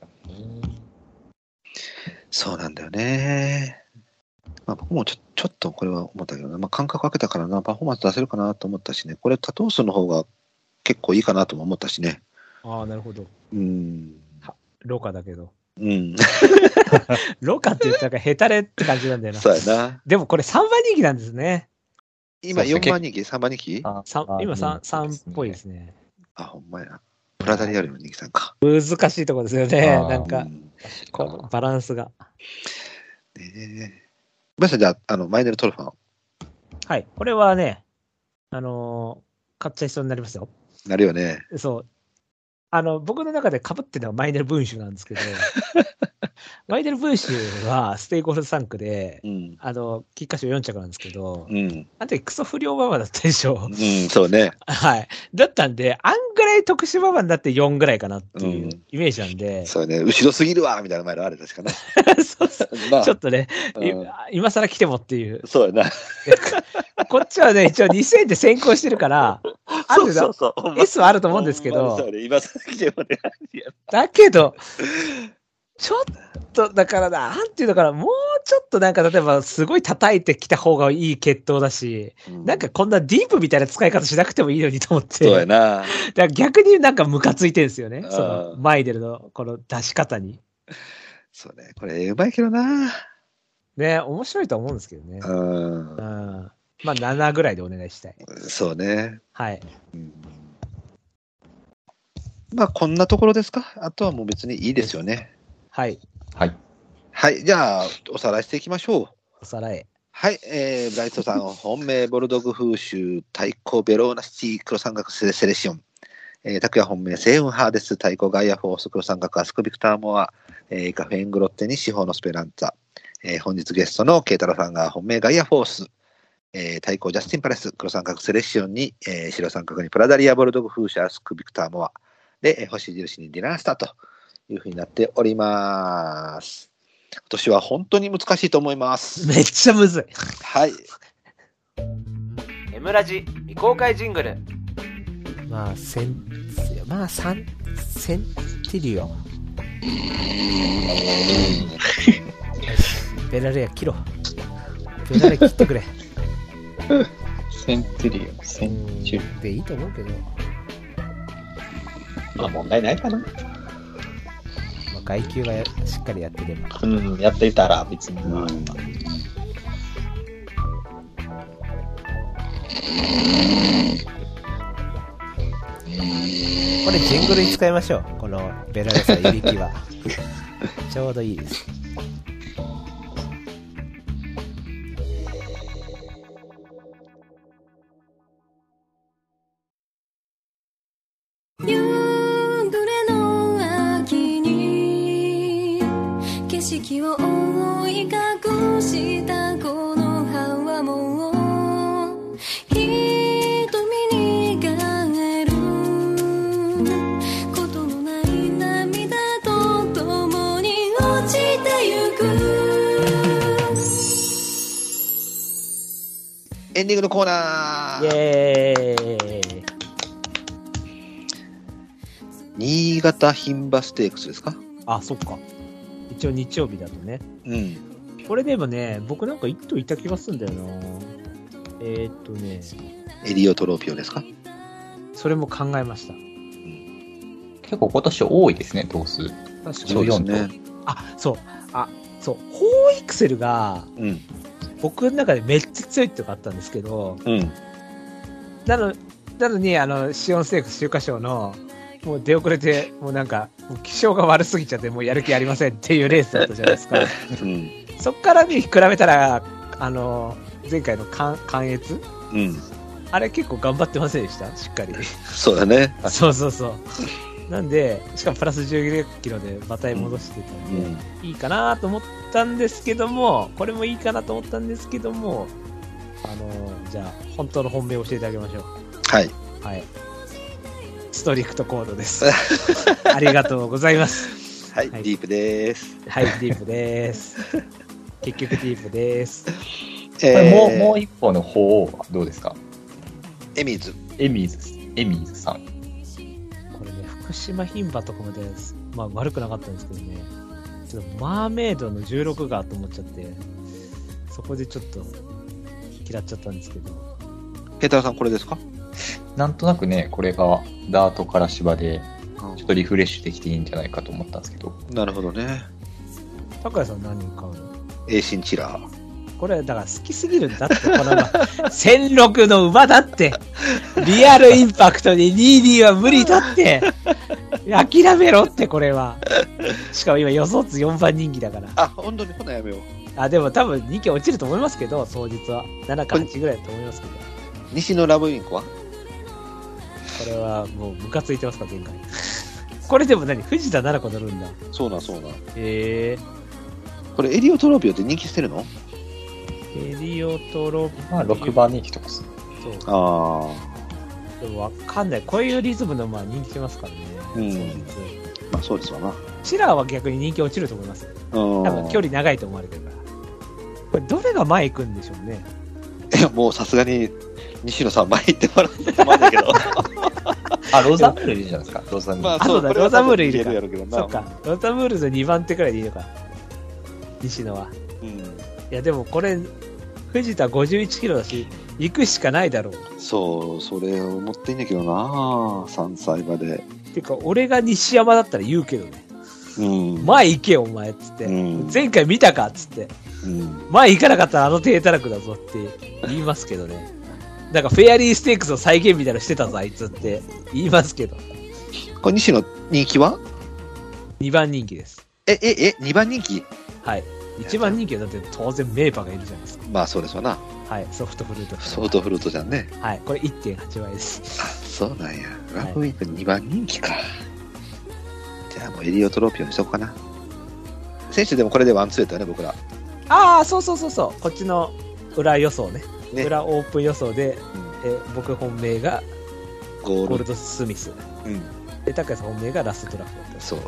そうなんだよね。まあ、僕もちょっとこれは思ったけどね、まあ、間隔空けたからな、パフォーマンス出せるかなと思ったしね、これ、多頭数の方が結構いいかなとも思ったしね。 ああ、なるほど。ロカだけど。ロカって言ったらヘタレって感じなんだよな。 そうやな。 でもこれ3番人気なんですね。 今4番人気 ?3 番人気今 3っぽいですね。 あ、ほんまや。プラダリアルの人気さんか。 難しいところですよね。なんか、このバランスが。 まさじゃあ、マイネルトルファン。 はい。これはね、買っちゃいそうになりますよ。 なるよね。 そう。僕の中で被ってるのはマイネル文集なんですけど、マイネル文集はステイゴールド3区で、菊花賞4着なんですけど、あの時クソ不良馬場だったでしょ。 そうね。 はい。だったんで、あんぐらい特殊馬場になって4ぐらいかなっていうイメージなんで。 そうね。後ろすぎるわみたいな前のあれ確かね。 そうそう。ちょっとね、今更来てもっていう。 そうやな。 こっちはね、一応2000で先行してるから、ある程度 S はあると思うんですけど、だけど、ちょっと、だからなんていうのかな、もうちょっとなんか例えばすごい叩いてきた方がいい決闘だし、なんかこんなディープみたいな使い方しなくてもいいのにと思って。 そうやな。 だから逆になんかムカついてるんですよね。そのマイデルのこの出し方に。 そうね。これうまいけどな。 ね、面白いと思うんですけどね。まあ7ぐらいでお願いしたい。 そうね。 はい。 まあこんなところですか。あとはもう別にいいですよね。 はい。 はい。 はい。じゃあ、おさらいしていきましょう。 おさらい。 はい。ブライトさん、本命、ボルドグ風習、対抗、ベローナシティ、黒三角セレシオン。拓也本命、セイウンハーデス、対抗、ガイアフォース、黒三角、アスクビクターモア、カフェイングロッテに、司法のスペランツァ。本日ゲストのケイタロさんが本命、ガイアフォース。対抗ジャスティンパレス、黒三角セレッシオンに、白三角にプラダリア、ボルドグ風車、スクビクターモアで、星印にディナースターというふうになっております。今年は本当に難しいと思います。 めっちゃむずい。 はい。 エムラジ未公開ジングル。まあセンテリオ。ベラレア切ろう。 ペダル切ってくれ。 センチュリオン、センチュリオン。 でいいと思うけど。 まあ問題ないかな。まあ、 外球はしっかりやってれば。 やっていたら別に。 これジングルに使いましょう。このベラルサいびきは。ちょうどいいです。 夕暮れの秋に景色を覆い隠したこの葉はもう瞳に帰ることのない涙と共に落ちてゆく。 エンディングのコーナー。 イエーイ。 新潟牝馬ステークスですか？ あ、そっか。一応日曜日だとね。これでもね、僕なんか1頭いた気がするんだよな。エリオトロピオですか？ それも考えました。 結構今年多いですね、頭数。 確かに。 そうですね。 そう。ホーイクセルが、僕の中でめっちゃ強いってのがあったんですけど、なのに、シオンステークス秋華賞の、もう出遅れて、もうなんか、もう気性が悪すぎちゃって、もうやる気ありませんっていうレースだったじゃないですか。そっからに比べたら、前回の関越、あれ結構頑張ってませんでした？しっかり。 そうだね。 そう。なんで、しかもプラス10キロで馬体戻してたんで、いいかなと思ったんですけども、これもいいかなと思ったんですけども、じゃあ、本当の本命を教えてあげましょう。 はい。 ストリクトコードです。ありがとうございます。 はい、ディープです。 はい、ディープです。結局ディープです。 これもう一方の方はどうですか？ エミーズさん。 これね、福島牝馬とかまで、まあ悪くなかったんですけどね、ちょっとマーメイドの16がと思っちゃって、そこでちょっと嫌っちゃったんですけど。 ケタラさんこれですか？ なんとなくね、これがダートから芝でちょっとリフレッシュできていいんじゃないかと思ったんですけど。 なるほどね。 高谷さん何買うの？ エイシンチラー。 これだから好きすぎるんだって、この馬。1006の馬だって。リアルインパクトに22は無理だって。諦めろって、これは。しかも今予想図4番人気だから。 あ、本当にほなやめよう。 でも多分人気落ちると思いますけど、当日は。7か8ぐらいだと思いますけど。 西のラブインコは？これはもうムカついてますか、前回。これでも藤田奈々子乗るんだ。 そうな。 これエリオトロピオって人気してるの？ エリオトロピオ。 6番人気とかする。 そう。でもわかんない。こういうリズムの人気しますからね。 まあそうですわな。 チラーは逆に人気落ちると思いますよ。多分距離長いと思われてるから。これどれが前行くんでしょうね。 もうさすがに西野さん前行ってもらってたまんだけど。 ロザムールいるじゃないですか。ロザムール。 そうだ、ロザムールいるか。そっか。ロザムールの2番手くらいでいいのか。西野は。いやでもこれ、藤田51キロだし、行くしかないだろう。 そう、それを思っていいんだけどな、3歳馬で。 てか、俺が西山だったら言うけどね。前行けよ、お前っつって。前回見たかっつって。前行かなかったら低たらくだぞって言いますけどね。なんかフェアリーステークスの再現みたいなのしてたぞ、あいつって言いますけど。 これ西野人気は ?2 番人気です。 2番人気？ はい。1番人気はだって当然名馬がいるじゃないですか。 まあそうですわな。 はい、ソフトフルート。 ソフトフルートじゃんね。 はい、これ 1.8 倍です。 そうなんや。ラブウィーク2番人気か。じゃあもうエリオトロピオにしとこうかな。選手でもこれでワンツーやったよね、僕ら。 そう。こっちの裏予想ね。裏オープン予想で、僕本命がゴールドスミス。で、高橋さん本命がラストドラフトだった。 そう。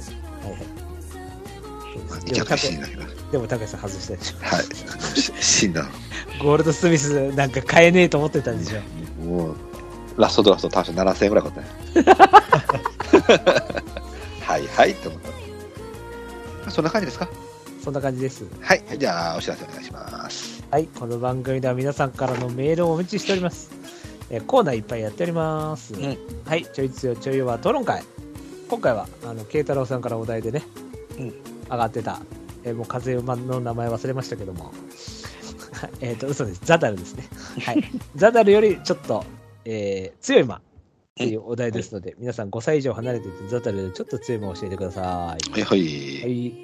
2着シーンだけど。でも高橋さん外したでしょ。 はい。シーンだ。 ゴールドスミスなんか買えねえと思ってたんでしょ。 もう、ラストドラフト多分7000円ぐらい買ったね。はいって思った。そんな感じですか？ そんな感じです。 はい。じゃあ、お知らせお願いします。 はい、この番組では皆さんからのメールをお待ちしております。コーナーいっぱいやっております。はい、ちょいつよちょい弱討論会。今回は慶太郎さんからお題でね、上がってた、もう風馬の名前忘れましたけども、嘘です。ザダルですね。はい、ザダルよりちょっと、強い馬っていうお題ですので、皆さん5歳以上離れていてザダルよりちょっと強い馬を教えてください。 はい。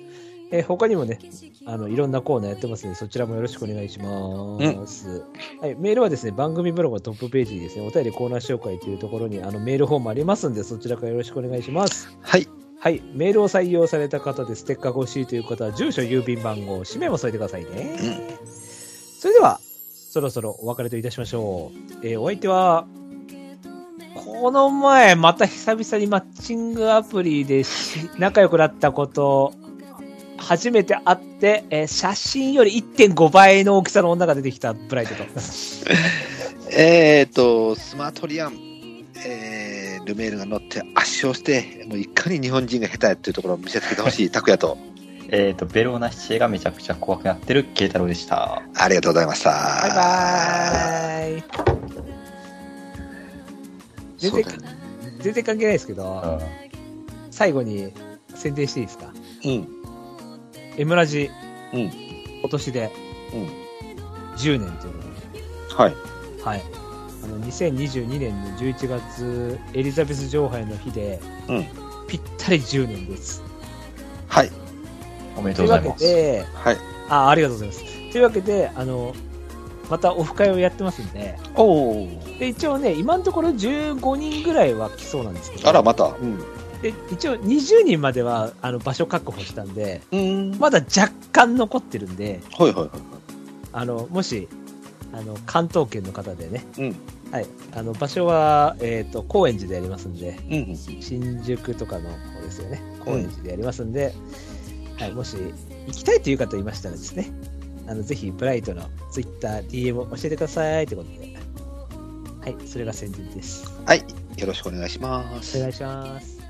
他にもね、いろんなコーナーやってますので、そちらもよろしくお願いします。はい、メールはですね、番組ブログのトップページにですね、お便りコーナー紹介というところにメールフォームありますんで、そちらからよろしくお願いします。 はい。 はい、メールを採用された方でステッカーが欲しいという方は、住所、郵便番号、氏名も添えてくださいね。それでは、そろそろお別れといたしましょう。お相手は、この前、また久々にマッチングアプリで仲良くなったこと、初めて会って、写真より 1.5 倍の大きさの女が出てきたブライトと。 スマートリアン、ルメールが乗って圧勝して、もういかに日本人が下手やっていうところを見せつけてほしい拓也と。 ベローナシチェがめちゃくちゃ怖くなってる慶太郎でした。 ありがとうございました。 バイバーイ。全然関係ないですけど、最後に宣伝していいですか。M ラジ、今年で10年ということで、はい、2022年の11月エリザベス女王杯の日で、ぴったり10年です。 はい、 おめでとうございます。 というわけで、 はい、 ありがとうございます。というわけで、またオフ会をやってますんで、で一応ね、今のところ15人ぐらいは来そうなんですけど、 あら、また、 で一応20人までは場所確保したんで、まだ若干残ってるんで、もし関東圏の方でね、はい、場所は、高円寺でやりますんで、新宿とかの方ですよね、高円寺でやりますんで、はい、もし行きたいという方いましたらですね、ぜひブライトのツイッター DM を教えてくださいということで、はい、それが宣伝です。 はい、よろしくお願いします。 お願いします。